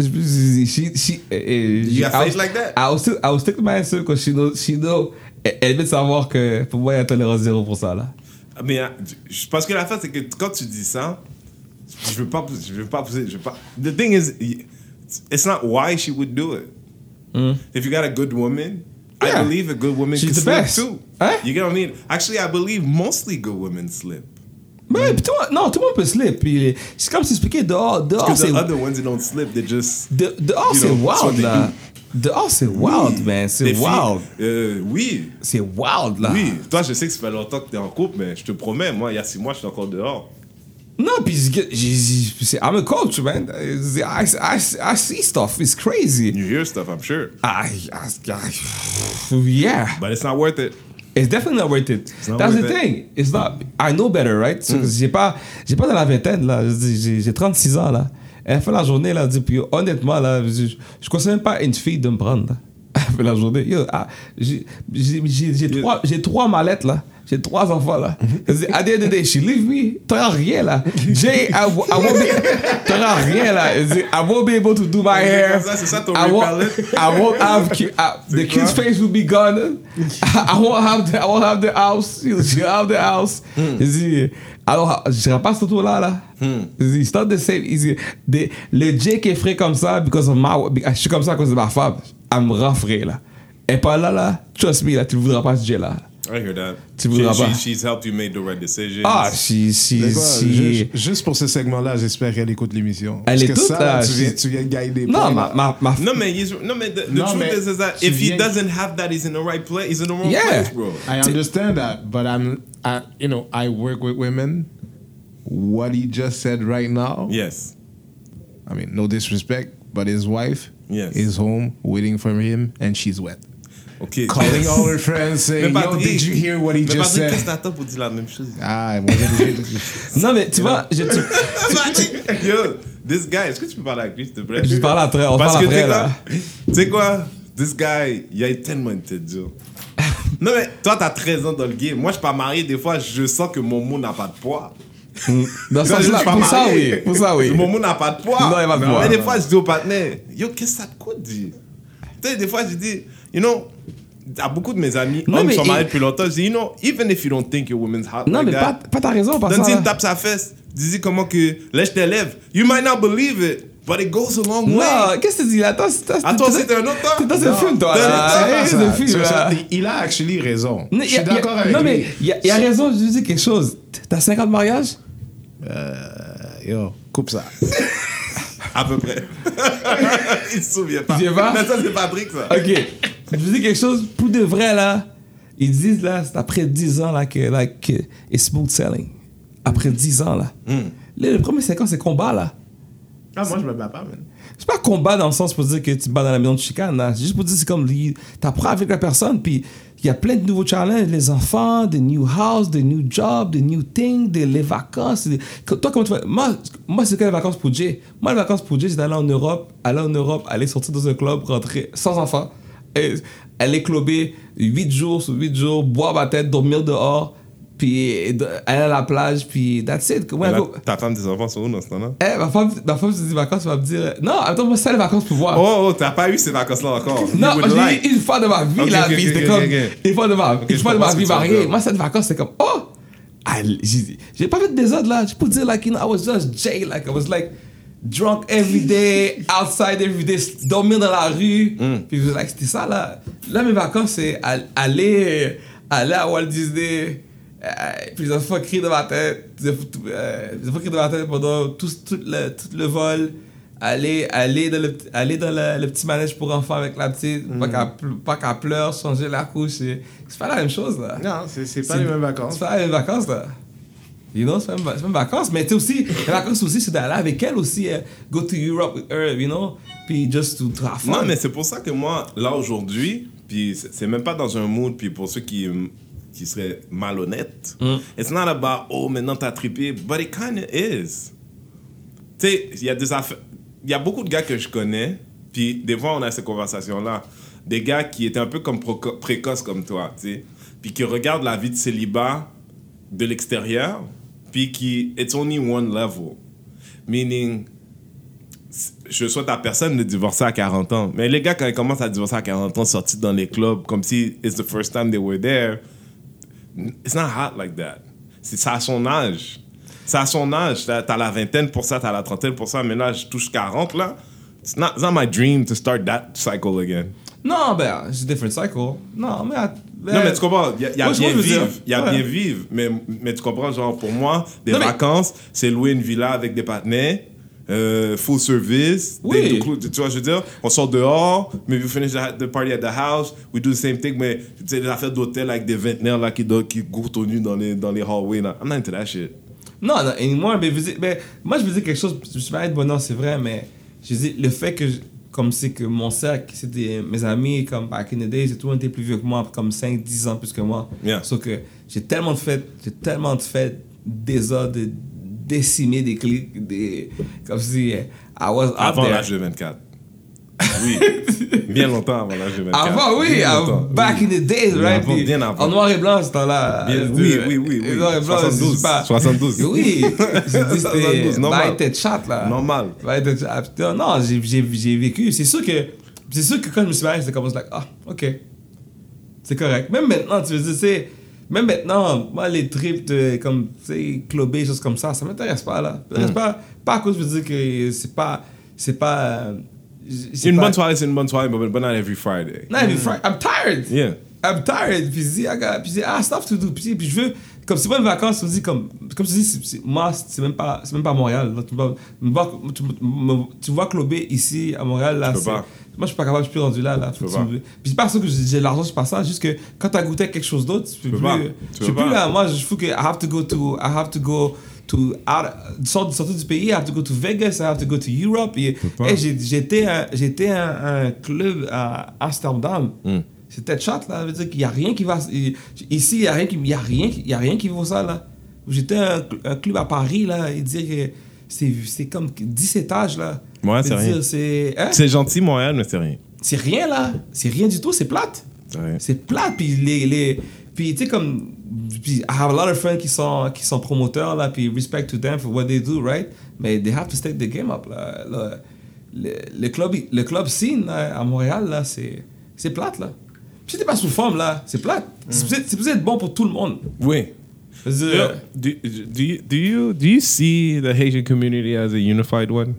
You got face like that? I will stick to my answer because she know. Elle veut savoir que pour moi, il y a tolérance zéro pour ça là. Mais parce que la fin, c'est que quand tu dis ça, je veux pas. The thing is, it's not why she would do it. If you got a good woman, Yeah. I believe a good woman She's can the slip best. too. Hein? You get what I mean? Actually, I believe mostly good women slip. Mais puis tout le monde peut slip. Puis c'est comme s'expliquer dehors Because c'est the other ones that don't slip, they just. dehors you c'est know, that's what wild they là. do. Dehors c'est wild man, c'est Les filles, wild. oui. C'est wild là. Oui. Toi, je sais que ça fait longtemps que t'es en couple, mais je te promets, moi, il y a 6 mois, je suis encore dehors. Non, puis I'm a coach, man. I see stuff. It's crazy. You hear stuff, I'm sure. Yeah. But it's not worth it. It's definitely not worth it. not That's the worth it. thing. It's not. I know better, right? So, j'ai pas dans la vingtaine là. J'ai 36 ans là. Elle fait la journée là. Puis honnêtement là, je conseille même pas une fille de me prendre. Là. Elle fait la journée. Yo, j'ai 3 mallettes là. J'ai 3 enfants là. À the end of the day, she leave me. T'auras rien là. Jay, I won't be. T'auras rien là. I won't be able to do my hair. C'est ça ton I won't have the kid's face will be gone. I won't have the house. She'll have the house. Alors, je repasse tout là là. It's not the same. Le Jay qui est frais comme ça because of je suis comme ça à cause de ma femme. Elle me rend frais là. Et pas là. Trust me là, tu ne voudras pas ce Jay là. I hear that. Tu voudras pas. She's helped you make the right decisions. Ah, Juste pour ce segment-là, j'espère qu'elle écoute l'émission. Elle Parce est que toute ça, là. tu viens de gagner des Non, points. ma No, man. The No, truth man. is that Tu if he viens- doesn't have that, he's in the right place. He's in the wrong Yeah. place, bro. I understand that, but I work with women. What he just said right now, Yes. I mean, no disrespect, but his wife Yes. is home waiting for him, and she's wet. Okay. Calling all her friends saying, Mais yo, Patrick, did you hear what he mais just Patrick, qu'est-ce que said? t'attends pour dire la même chose? Ah, moi, Non, mais tu vois, Yo, this guy, est-ce que tu peux parler avec lui, s'il te plaît? je parle après, on Parce parle que tu après sais là. quoi? Tu sais quoi? This guy, il a tellement une tête dure. Non, mais toi, t'as 13 ans dans le game. Moi, je suis pas marié. Des fois, je sens que mon mot n'a pas de poids. Dans ce Quand je sens-là, suis pas pour ça, marié, oui. Pour ça, oui. Mon mot n'a pas de poids. Non, il y a pas de poids. Mais des fois, je dis au partenaire, yo, qu'est-ce que ça te coûte, dit? Tu sais, des fois, je dis, you know, à beaucoup de mes amis, Non, hommes mais qui sont mariés il- depuis longtemps, je dis, you know, even if you don't think your woman's hot Non, like mais that, pas ta raison, pas ça. donne-y une là. tape sa fesse. Dis-y comment que, là, je t'élève. You might not believe it, but it goes a long way. Non, qu'est-ce que tu dis là? Attends, Attends, c'était un autre T'es temps. dans un film, toi. T'es là. dans un C'est un film, là. Il a actually raison. Non, Je suis d'accord avec non, lui. mais il a raison, je dis quelque chose. T'as 50 mariages? Yo, coupe ça. À peu près. Il se souvient pas. Tu sais pas? Mais ça, c'est Patrick, ça. Ok. Je vous dis quelque chose, pour de vrai, là. Ils disent, là, c'est après 10 ans, là, que it's smooth selling. Après 10 ans, là. Les premiers 5 ans, c'est combat, là. Ah, moi, je me bats pas, man. C'est pas combat dans le sens pour dire que tu te bats dans la maison de chicane, là. C'est juste pour dire, c'est comme, t'apprends avec la personne, puis il y a plein de nouveaux challenges, les enfants, des new house, des new jobs, des new things, les vacances. Toi, comment tu fais? Moi, c'est quoi les vacances pour Jay? Moi, les vacances pour Jay, c'est d'aller en Europe, aller sortir dans un club, rentrer sans enfant, et aller clubber 8 jours sur 8 jours, boire ma tête, dormir dehors, puis aller à la plage, puis that's it. Là, ta femme, tes enfants sont où dans ce temps-là? Ma femme se dit vacances, elle va me dire, non, attends, moi, c'est les vacances pour voir. Oh, t'as pas eu ces vacances-là encore. Non, j'ai eu une fois de ma vie, Ok, là, ok, puis ok, c'était ok, comme, ok. une fois de ma je comprends ce que vie tu veux mariée. dire. Moi, cette vacances, c'était comme, oh, j'ai pas fait des autres, là. Je peux dire, like, you know, I was just Jay, like, I was like, drunk every day, outside every day, dormir dans la rue. Puis, like, c'était ça, là. Là, mes vacances, c'est aller à Walt Disney. Puis les enfants crient de ma tête. Les enfants crient de ma tête pendant tout le vol. Aller dans le petit manège pour enfants avec la petite. Pas qu'elle pleure, changer la couche. C'est pas la même chose, là. Non, c'est pas les mêmes vacances. C'est pas les mêmes vacances, là. You know, c'est pas les mêmes vacances. Mais tu sais aussi, les vacances aussi, c'est d'aller avec elle aussi. Go to Europe with her, you know. Puis just to have fun. Non, mais c'est pour ça que moi, là, aujourd'hui, puis c'est même pas dans un mood, puis pour ceux qui seraient malhonnêtes, it's not about, oh, maintenant t'as trippé, but it kind of is. Tu sais, il y a des affaires. Il y a beaucoup de gars que je connais, puis des fois on a ces conversations-là, des gars qui étaient un peu comme précoces comme toi, tu sais, puis qui regardent la vie de célibat de l'extérieur, puis qui, it's only one level. Meaning, je souhaite à personne de divorcer à 40 ans, mais les gars, quand ils commencent à divorcer à 40 ans, sortis dans les clubs, comme si it's the first time they were there, it's not hot like that. C'est ça à son âge. C'est à son âge. T'as la vingtaine pour ça, t'as la trentaine pour ça, mais là, je touche 40, là. It's not my dream to start that cycle again. Non, ben, c'est un different cycle. Non, mais Non, mais tu comprends, il y a moi, bien je veux dire, vivre, il y a ouais. bien vivre, mais tu comprends, genre, pour moi, des Non, mais- vacances, c'est louer une villa avec des partenaires, full service, Oui. tu vois, je veux dire, on sort dehors, maybe we finish the party at the house, we do the same thing, mais tu sais, des affaires d'hôtel avec des vingtenaires là, qui gourtent au nu dans les hallways, là. I'm not into that shit. Non, et moi, moi, je veux dire quelque chose. Je suis pas être bon, non, c'est vrai, mais je dis le fait que, comme c'est que mon cercle, c'était mes amis, comme back in the days, et tout, étaient plus vieux que moi, comme 5-10 ans plus que moi. Yeah. Sauf que j'ai tellement de fêtes des heures de décimer des clics, comme si I was out Avant there. l'âge de 24. Oui. Bien longtemps avant l'âge de 24. Avant, oui, Bien longtemps. back in the days, Oui, right? avant, Puis bien avant. en noir et blanc, c'était là. Oui. Noir et blanc, 72. c'est pas- 72. Oui, j'ai dit 72, c'était normal. bail tête chatte, là. Normal. Bail tête chatte. Non, j'ai vécu. C'est sûr que quand je me suis marié, c'était comme ça, like, ah, ok. C'est correct. Même maintenant, tu veux dire, même maintenant, moi, les trips de, comme, tu sais, clubber, choses comme ça m'intéresse pas, là. Ça m'intéresse pas à cause, je veux dire que c'est pas C'est une bonne soirée, but not every Friday. Non, every Friday. I'm tired. Yeah. I'm tired. Puis je dis, stuff to do. Puis je veux, comme c'est pas une vacance, je me dis, comme tu dis, moi, c'est même pas Montréal. Là, tu vois clubber ici à Montréal, là. Tu peux pas. Moi, je suis pas capable, je suis plus rendu là. Faut peux que pas. Puis c'est pas ça que j'ai l'argent, c'est pas ça. Juste que quand t'as goûté à quelque chose d'autre, tu peux pas. plus. Tu Je suis peux plus pas. là. Moi, je faut que I have to go to sortir du pays, I have to go to Vegas, I have to go to Europe. Et, pas. hey, j'étais un club à Amsterdam. C'était chat, là. Ça veut dire qu'il n'y a rien qui va. Ici, il n'y a rien qui vaut ça, là. J'étais un club à Paris, là, et dire que c'est comme 10 étages, là. Ouais, c'est Veut rien. dire, C'est gentil, Montréal, mais c'est rien. c'est rien, là. C'est rien du tout, c'est plate. C'est rien. C'est plate, puis puis tu sais comme puis I have a lot of friends qui sont promoteurs là, puis respect to them for what they do, right? Mais they have to step the game up là. Le club scene là, à Montréal là, c'est plate là. Puis si t'es pas sous forme là, c'est plate. C'est peut être bon pour tout le monde. Oui. Je veux dire, Do you see the Haitian community as a unified one?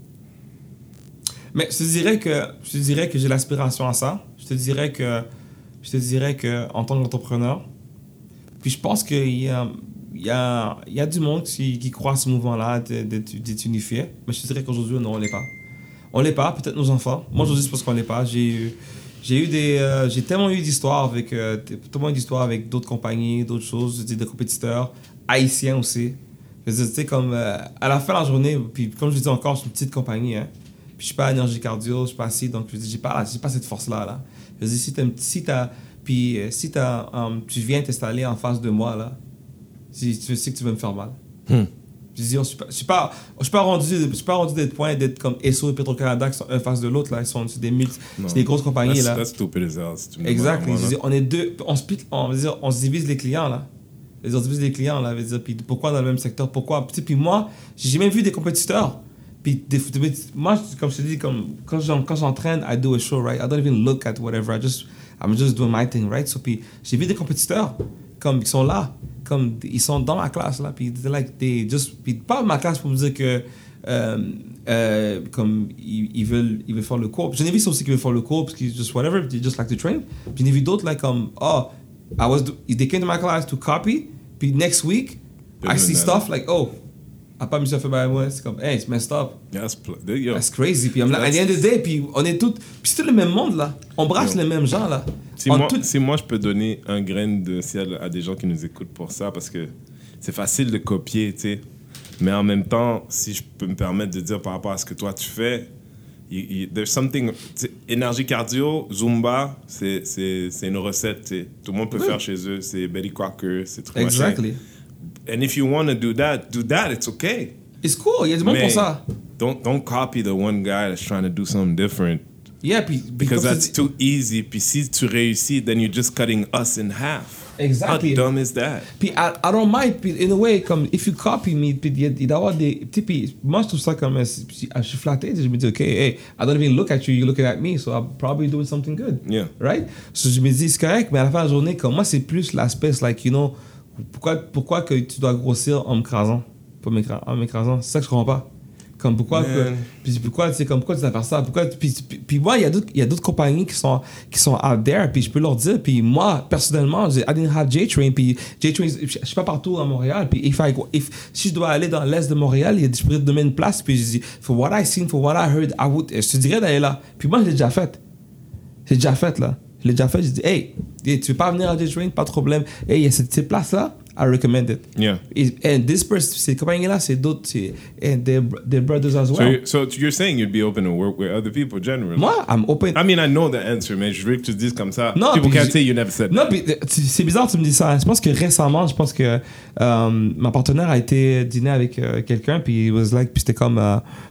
mais je te dirais que j'ai l'aspiration à ça. Je te dirais que en tant qu'entrepreneur, puis je pense qu'il y a il y a du monde qui croit à ce mouvement-là d'être unifié. Mais je te dirais qu'aujourd'hui, non, on l'est pas. On l'est pas, peut-être nos enfants. Moi, aujourd'hui, c'est parce qu'on l'est pas. J'ai tellement eu d'histoires avec d'autres compagnies, d'autres choses, des compétiteurs, haïtiens aussi. Je veux dire, tu sais, comme à la fin de la journée, puis comme je dis encore, je suis une petite compagnie, hein. Puis je suis pas énergie cardio, je suis pas assis, donc je veux dire, j'ai pas cette force-là, là. Je veux dire, tu viens t'installer en face de moi, là, si tu sais que tu veux me faire mal. Je veux dire, je suis pas rendu des points d'être comme Esso et Petro-Canada qui sont un en face de l'autre, là. C'est des grosses compagnies, là. That's stupid as hell, si tu me Exact. demandes, Je veux dire, on est deux, on se divise les clients, là. On se divise les clients, là. Je veux dire, puis pourquoi dans le même secteur? Pourquoi? Puis moi, j'ai même vu des compétiteurs. Puis moi, comme je te dis, quand j'entraîne, I do a show, right? I don't even look at whatever. I'm just doing my thing, right? So, puis j'ai vu des compétiteurs, comme, qui sont là, comme, ils sont dans ma classe, là, puis puis pas ma classe pour me dire que, comme, ils veulent faire le cours. J'en ai vu ça aussi qui veulent faire le cours, parce qu'ils just whatever, they just like to train. Puis j'en ai vu d'autres, like, comme, they came to my class to copy, puis next week, I see stuff like, pas mis ça fait by moi, c'est comme, hey, it's messed up. That's crazy. Puis, at the end of the day, puis on est tous, puis c'est tout le même monde, là. On brasse les mêmes gens, là. Si moi, je peux donner un grain de ciel à des gens qui nous écoutent pour ça, parce que c'est facile de copier, tu sais. Mais en même temps, si je peux me permettre de dire par rapport à ce que toi, tu fais, there's something... Énergie cardio, Zumba, c'est une recette, tu sais. Tout le monde peut faire chez eux. C'est Betty Crocker, c'est truc Exactly. machin. And if you want to do that, it's okay. It's cool, il y a du monde pour ça. Don't copy the one guy that's trying to do something different. Yeah, puis because that's too easy. Puis si tu réussis, then you're just cutting us in half. Exactly. How dumb is that? Puis I don't mind, puis in a way, comme, if you copy me, puis il doit y avoir des... Puis moi, je trouve ça comme... Je suis flatté, je me dis, OK, hey, I don't even look at you, you're looking at me, so I'm probably doing something good. Yeah. Right? So je me dis, c'est correct, mais à la fin de la journée, comme moi, c'est plus l'aspect, like, you know... Pourquoi que tu dois grossir en m'écrasant? En m'écrasant, c'est ça que je comprends pas. Comme pourquoi pourquoi tu dois faire ça? Puis moi, il y a d'autres compagnies qui sont out there, puis je peux leur dire, puis moi, personnellement, I didn't have J-Train, puis J-Train, je suis pas partout à Montréal, puis si je dois aller dans l'est de Montréal, je pourrais te donner une place, puis je dis, for what I seen, for what I heard, je te dirais d'aller là. Puis moi, je l'ai déjà fait. Là. Je l'ai déjà fait, je dis, hey, tu veux pas venir à J-Train, pas de problème. Hey, il y a cette place-là, I recommend it. Yeah. And this person, ces compagnies-là, c'est d'autres, and their brothers as well. So you're saying you'd be open to work with other people generally? Moi, I'm open. I mean, I know the answer, mais je veux que tu dises comme ça. Non, people can't say you never said non, that. puis c'est bizarre que tu me dis ça. Je pense que récemment, ma partenaire a été dîner avec quelqu'un, puis c'était comme,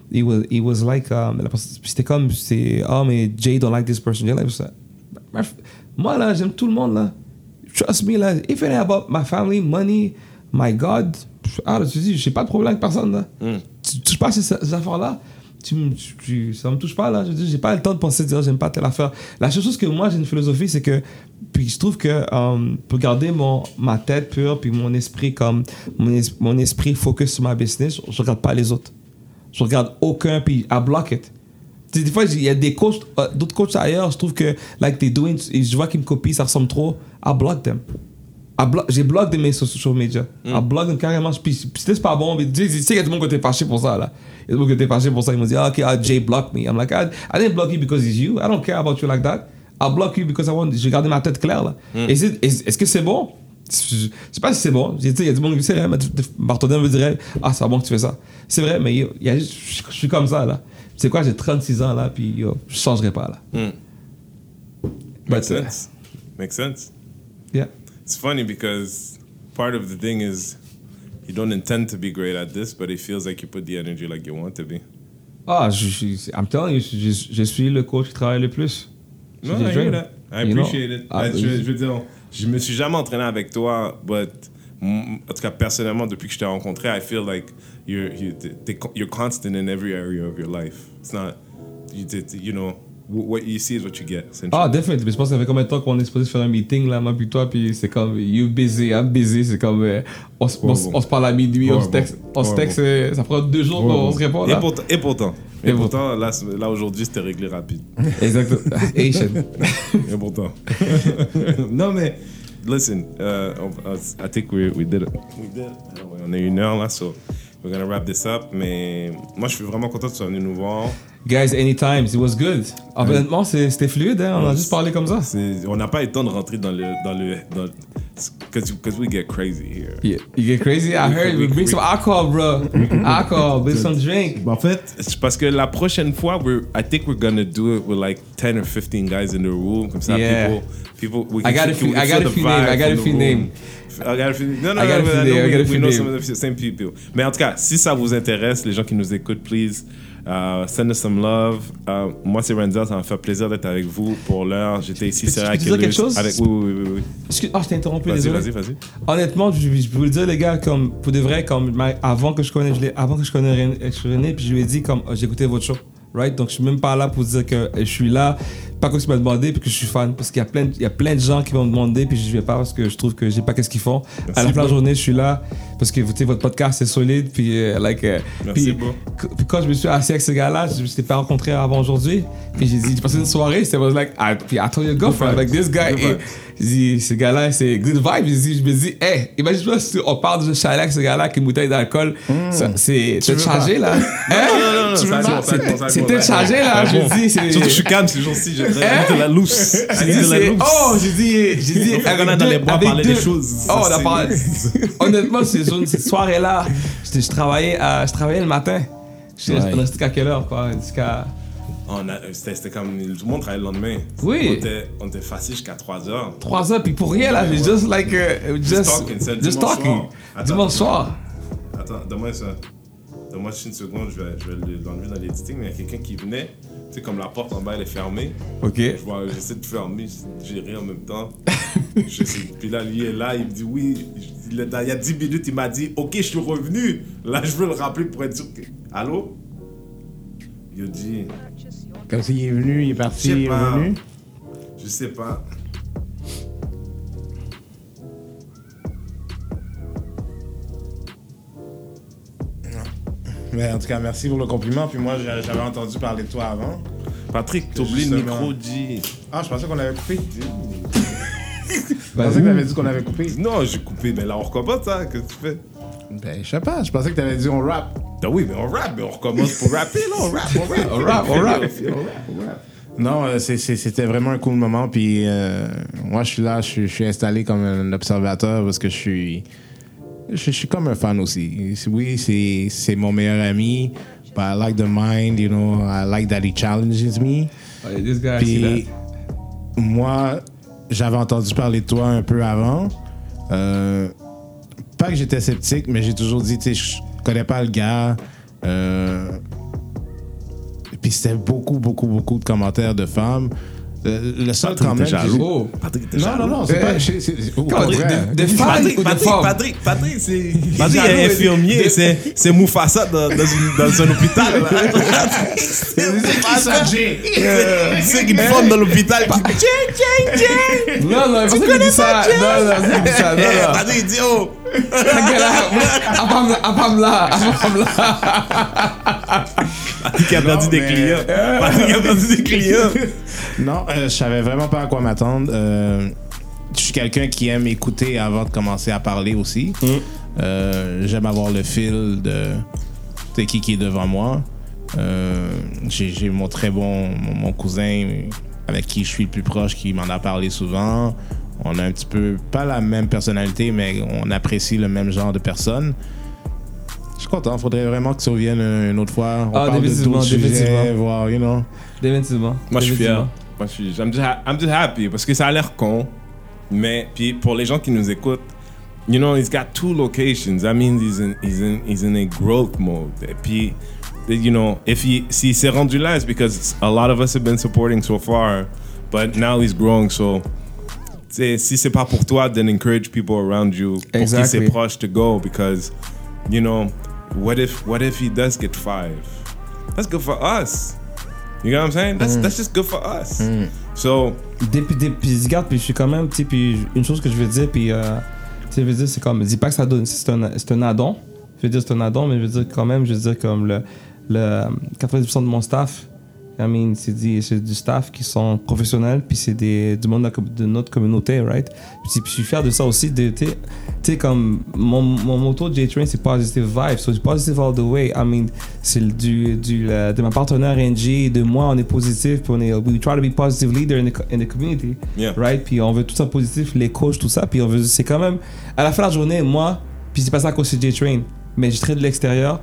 c'était comme, mais Jay don't like this person. Moi, là, j'aime tout le monde, là. Trust me, là. If it ain't about my family, money, my God, tu dis, j'ai pas de problème avec personne, là. Tu touches pas à ces affaires-là. Ça me touche pas, là. Je dis, j'ai pas le temps de penser, de dire, j'aime pas telle affaire. La seule chose que moi, j'ai une philosophie, c'est que, puis je trouve que pour garder ma tête pure, puis mon esprit comme, mon esprit focus sur ma business, je regarde pas les autres. Je regarde aucun, puis I block it. Des fois, il y a des coachs, d'autres coachs ailleurs, je trouve que, like, they're doing, je vois qu'ils me copient, ça ressemble trop. I block them. J'ai bloqué de mes social media. I block them carrément. Puis c'est pas bon. Mais tu sais, il y a tout le monde qui était fâché pour ça, là. Il y a tout le monde qui était fâché pour ça. Ils m'ont dit, OK, Jay blocked me. I'm like, I didn't block you because it's you. I don't care about you like that. I block you because j'ai gardé ma tête claire, là. Est-ce que c'est bon? Je sais pas si c'est bon. Il y a du monde qui sait, Bartholin me dirait, c'est bon que tu fais ça. C'est vrai, mais je suis comme ça, là. C'est quoi, j'ai 36 ans, là, puis je changerai pas, là. Makes sense. Makes sense. Yeah. It's funny because part of the thing is you don't intend to be great at this, but it feels like you put the energy like you want to be. I'm telling you, je suis le coach qui travaille le plus. No, I hear that. I appreciate it. Je veux dire, je me suis jamais entraîné avec toi, but en tout cas, personnellement, depuis que je t'ai rencontré, I feel like you're constant in every area of your life. It's not, you know, what you see is what you get. Definitely. Mais je pense que ça fait combien de temps qu'on est supposé faire un meeting, là, moi puis toi, puis c'est comme, you busy, I'm busy, c'est comme, on se parle à minuit, on se texte, ça prend 2 jours qu'on se répond, là. Et pourtant, là aujourd'hui, c'était réglé rapide. Exactement. Asian. Et pourtant. Non, mais listen, I think we did it. We did. On a 1 heure là, so we're gonna wrap this up. Mais moi, je suis vraiment content que tu sois venu nous voir. Guys, anytime, it was good. Honnêtement, c'était fluide, hein? On a juste parlé comme ça. On n'a pas eu le temps de rentrer dans le because we get crazy here. Yeah. You get crazy? I heard. We bring some alcohol, bro. Alcohol, bring some drink. En fait, c'est parce que la prochaine fois, I think we're gonna do it with like 10 or 15 guys in the room. Comme ça, Yeah. people. We I got a few names. We know some of the same people. Mais en tout cas, si ça vous intéresse, les gens qui nous écoutent, please send us some love. Moi, c'est Renzel, ça m'a fait plaisir d'être avec vous pour l'heure. J'étais ici, c'est Peux-tu dire quelque chose? Oui. Excuse, je t'ai interrompu, Vas-y, désolé. vas-y. Honnêtement, je peux vous le dire, les gars, comme pour de vrai, comme avant que je connais René, puis je lui ai dit comme j'ai écouté votre show, right? Donc je suis même pas là pour dire que je suis là, pas que tu m'as demandé, puis que je suis fan, parce qu'il y a plein de gens qui vont me demander, puis je vais pas parce que je trouve que j'ai pas qu'est-ce qu'ils font. Merci à la fin de la beaucoup. journée, je suis là parce que votre podcast c'est solide, puis Merci puis beaucoup. puis quand je me suis assis avec ce gars-là, je ne t'ai pas rencontré avant aujourd'hui, puis j'ai passé une soirée, c'était like, puis I told your girlfriend, like this guy, j'ai dit, ce gars-là, c'est good vibe. Je me dis, hey, imagine-toi si on parle de chalet avec ce gars-là qui est une bouteille d'alcool, c'est changé là. Non, C'est peut-être changé là, je dis. Surtout que je suis calme ces jours-ci, j'ai de la loose. J'ai dit, On a dans les bois parler des choses. Oh, on a parlé. Honnêtement, cette soirée-là, je travaillais le matin. On restait jusqu'à quelle heure, quoi? Jusqu'à. C'était comme tout le monde travaillait le lendemain. Oui. On était facile jusqu'à 3h. 3 heures, puis pour rien là, j'ai just like. Just talking. Dimanche soir. Attends, donne-moi ça. Donne-moi juste une seconde, je vais l'enlever dans l'editing, mais il y a quelqu'un qui venait, tu sais, comme la porte en bas elle est fermée. Ok. J'essaie de fermer, j'ai rien en même temps. Puis là, lui est là, il me dit oui. Il y a 10 minutes, il m'a dit ok, je suis revenu. Là, je veux le rappeler pour être sûr que. Allô? Il dit. Comme s'il est venu, il est parti, il est revenu. Je sais pas. Mais en tout cas, merci pour le compliment. Puis moi, j'avais entendu parler de toi avant. Patrick, t'oublies le micro, G. Ah, je pensais qu'on avait coupé. Je pensais que t'avais dit qu'on avait coupé. Non, j'ai coupé, mais là on recommence ça, qu'est-ce que tu fais? Ben, je sais pas, je pensais que t'avais dit on rap. Ben oui, mais on rappe, mais on recommence pour rapper, là, on rappe. Non, c'était vraiment un cool moment. Puis moi, je suis là, je suis installé comme un observateur parce que je suis comme un fan aussi. Oui, c'est mon meilleur ami. But I like the mind, you know. I like that he challenges me. This guy, Puis moi, j'avais entendu parler de toi un peu avant. Pas que j'étais sceptique, mais j'ai toujours dit, tu sais, je connais pas le gars. Puis c'était beaucoup de commentaires de femmes. Le seul Patrick quand même. était jaloux. Patrick était jaloux. Non, c'est pas. de fans ou de femmes? Patrick, c'est. Patrick est infirmier, c'est Mufasa dans un hôpital. C'est pas ça, Jay. C'est une femme dans l'hôpital qui. Non, il faut que tu dis ça. Non. Patrick dit oh. Apam-la. Patrick a perdu des clients. Non, je savais vraiment pas à quoi m'attendre. Je suis quelqu'un qui aime écouter avant de commencer à parler aussi. J'aime avoir le fil de qui est devant moi. J'ai mon très bon mon cousin avec qui je suis le plus proche qui m'en a parlé souvent. On a un petit peu, pas la même personnalité, mais on apprécie le même genre de personnes. Je suis content, faudrait vraiment que tu reviennes une autre fois. On parle de d'autres sujets, voir, you know. Définitivement. Moi, je suis fier. I'm just happy parce que ça a l'air con. Mais puis pour les gens qui nous écoutent, you know, he's got 2 locations. That means he's in a growth mode. Et puis, you know, s'il s'est rendu là, it's because a lot of us have been supporting so far, but now he's growing. So, si c'est pas pour toi, then encourage people around you pour qui c'est proche to go, because, you know, what if he does get 5? That's good for us. You know what I'm saying? That's just good for us. So, Puis regarde, puis je suis quand même, tu sais, puis une chose que je veux dire, puis je veux dire, c'est comme, dis pas que ça donne, c'est un addon. Je veux dire, c'est un addon, mais je veux dire quand même, je veux dire comme le 90% de mon staff, I mean, c'est du staff qui sont professionnels, puis c'est du monde de notre communauté, right? Puis je suis fier de ça aussi. Tu sais, comme mon motto de J-Train, c'est positive vibes. So, positive all the way. I mean, c'est de ma partenaire NG, de moi, on est positif, puis we try to be positive leader in the community, right? Puis on veut tout ça positif, les coachs, tout ça. Puis on veut, c'est quand même, à la fin de la journée, moi, puis c'est pas ça à cause de J-Train, mais je traite de l'extérieur.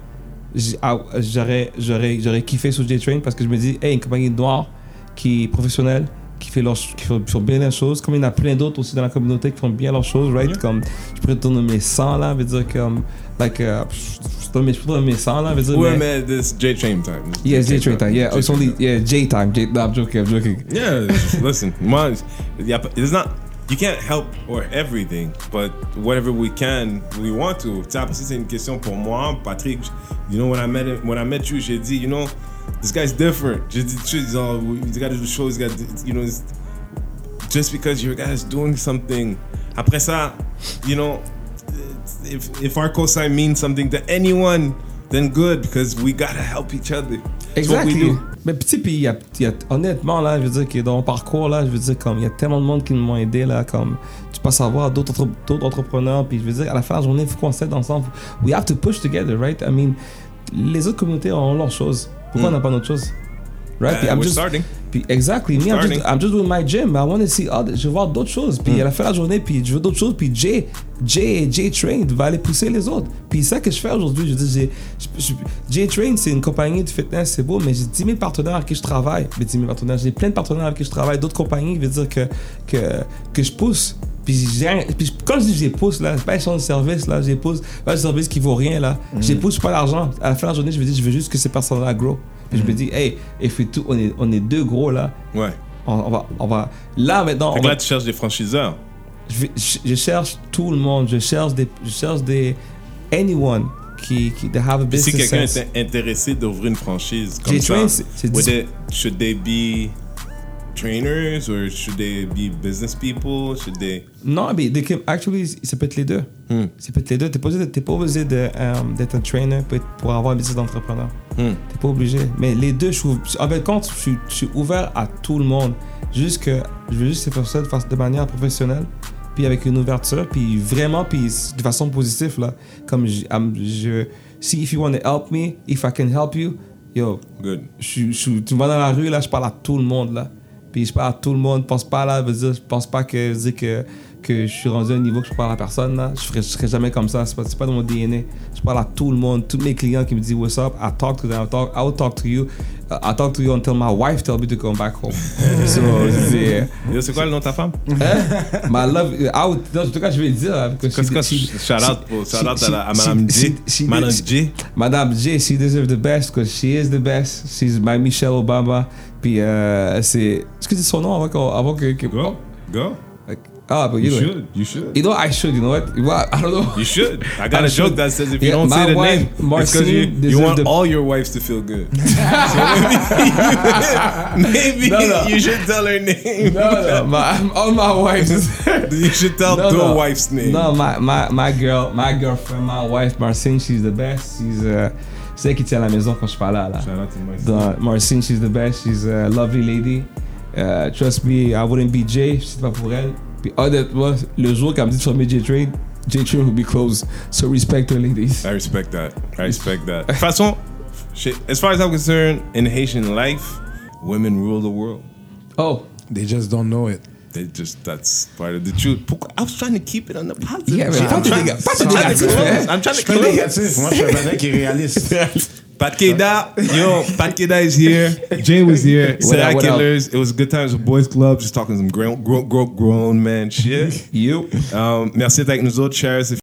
J'aurais kiffé sur J-Train parce que je me dis, hey, une compagnie noire qui est professionnelle, qui fait bien les choses, comme il y en a plein d'autres aussi dans la communauté qui font bien leurs choses, right? Comme, je pourrais te nommer 100 là, veut dire comme, je peux te nommer 100 là, veut dire. Ouais, mais this J-Train time. Yeah, J-Train time, yeah. It's only, yeah, J-time. No, I'm joking. Yeah, listen, moi, it's not, you can't help or everything, but whatever we can, we want to. Tu sais, après, c'est une question pour moi, Patrick. You know, when I met you, j'ai dit, you know, this guy's different. J'ai dit, he's got to do shows, you know, just because your guy's doing something. Après ça, you know, if our cosign means something to anyone, then good, because we gotta help each other. Exactly. Mais petit, puis il y a honnêtement là, je veux dire que dans mon parcours là, je veux dire comme il y a tellement de monde qui m'ont aidé là, comme tu peux savoir d'autres entrepreneurs, puis je veux dire à la fin de la journée, il faut qu'on s'aide ensemble. We have to push together, right? I mean, les autres communautés ont leurs choses. Pourquoi on n'a pas notre chose? Right? We're starting. Puis exactly. Me, I'm just doing my gym. I want to see je veux voir d'autres choses. Puis à la fin de la journée, puis je veux d'autres choses. Puis J-Train va aller pousser les autres. Puis c'est ça que je fais aujourd'hui. Je dis, J-Train, c'est une compagnie de fitness, c'est beau, mais j'ai 10 000 partenaires avec qui je travaille. Mais 10 000 partenaires, j'ai plein de partenaires avec qui je travaille. D'autres compagnies, veut dire que je pousse. Puis quand je dis je pousse, là, c'est pas échange de service, là, je pousse, pas un service qui vaut rien, là. Je pousse pas l'argent. À la fin de la journée, je veux juste que ces personnes-là grow. Puis je me dis, hey, on est deux gros, là. Ouais. On va là, maintenant. Là, tu cherches des franchiseurs. Je cherche tout le monde. Je cherche des anyone qui have a business. Si quelqu'un sense. est intéressé d'ouvrir une franchise comme J-Train, ça, should they be trainers or should they be business people? Should they? Non, mais actually, ça peut être les deux. Ça peut être les deux. T'es pas obligé d'être un trainer pour avoir un business d'entrepreneur. T'es pas obligé. Mais les deux, en fait, compte, je suis ouvert à tout le monde. Je veux juste que faire ça de manière professionnelle, puis avec une ouverture, puis vraiment, puis de façon positive là. Comme si if you want to help me, if I can help you, yo. Good. Tu me vas dans la rue là, je parle à tout le monde là. Puis je parle à tout le monde, pense pas là, je pense pas que je suis rendu à un niveau que je parle à personne là. Je serai jamais comme ça, c'est pas dans mon DNA. Je parle à tout le monde, tous mes clients qui me disent what's up, I talk to them, I will talk to you. I talk to you until my wife tells me to come back home. So, c'est quoi le nom de ta femme? My love, en tout cas je vais le dire. Shout out à Madame J. Madame J. Madame J, she deserves the best because she is the best. She's my Michelle Obama. Puis c'est... Est-ce que c'est son nom avant que... Go. Ah, but you should. You know, I should. You know what? I don't know. You should. I got a joke that says if you don't say the name, it's because you want all your wives to feel good. So maybe you should tell her name. No, all my wives. You should tell the wife's name. No, my girlfriend, my wife, Marcine, she's the best. C'est elle qui tient la maison quand je suis pas là. Shout out to Marcine. Marcine, she's the best. She's a lovely lady. Trust me, I wouldn't be Jay si c'était pas pour elle. Puis honnêtement, le jour qu'elle me dit de fermer J-Train will be closed. So respect her, ladies. I respect that. De toute façon, as far as I'm concerned, in Haitian life, women rule the world. Oh. They just don't know it. That's part of the truth. I was trying to keep it on the positive. Yeah, mais pas de négatif. I'm trying to keep it négatif. Moi, je suis un mec qui est réaliste. Pat Keda is here. Jay was here. Sarah Killers. It was good times with Boys Club. Just talking some grown man shit. You. Merci d'être avec nous autres. Cheers.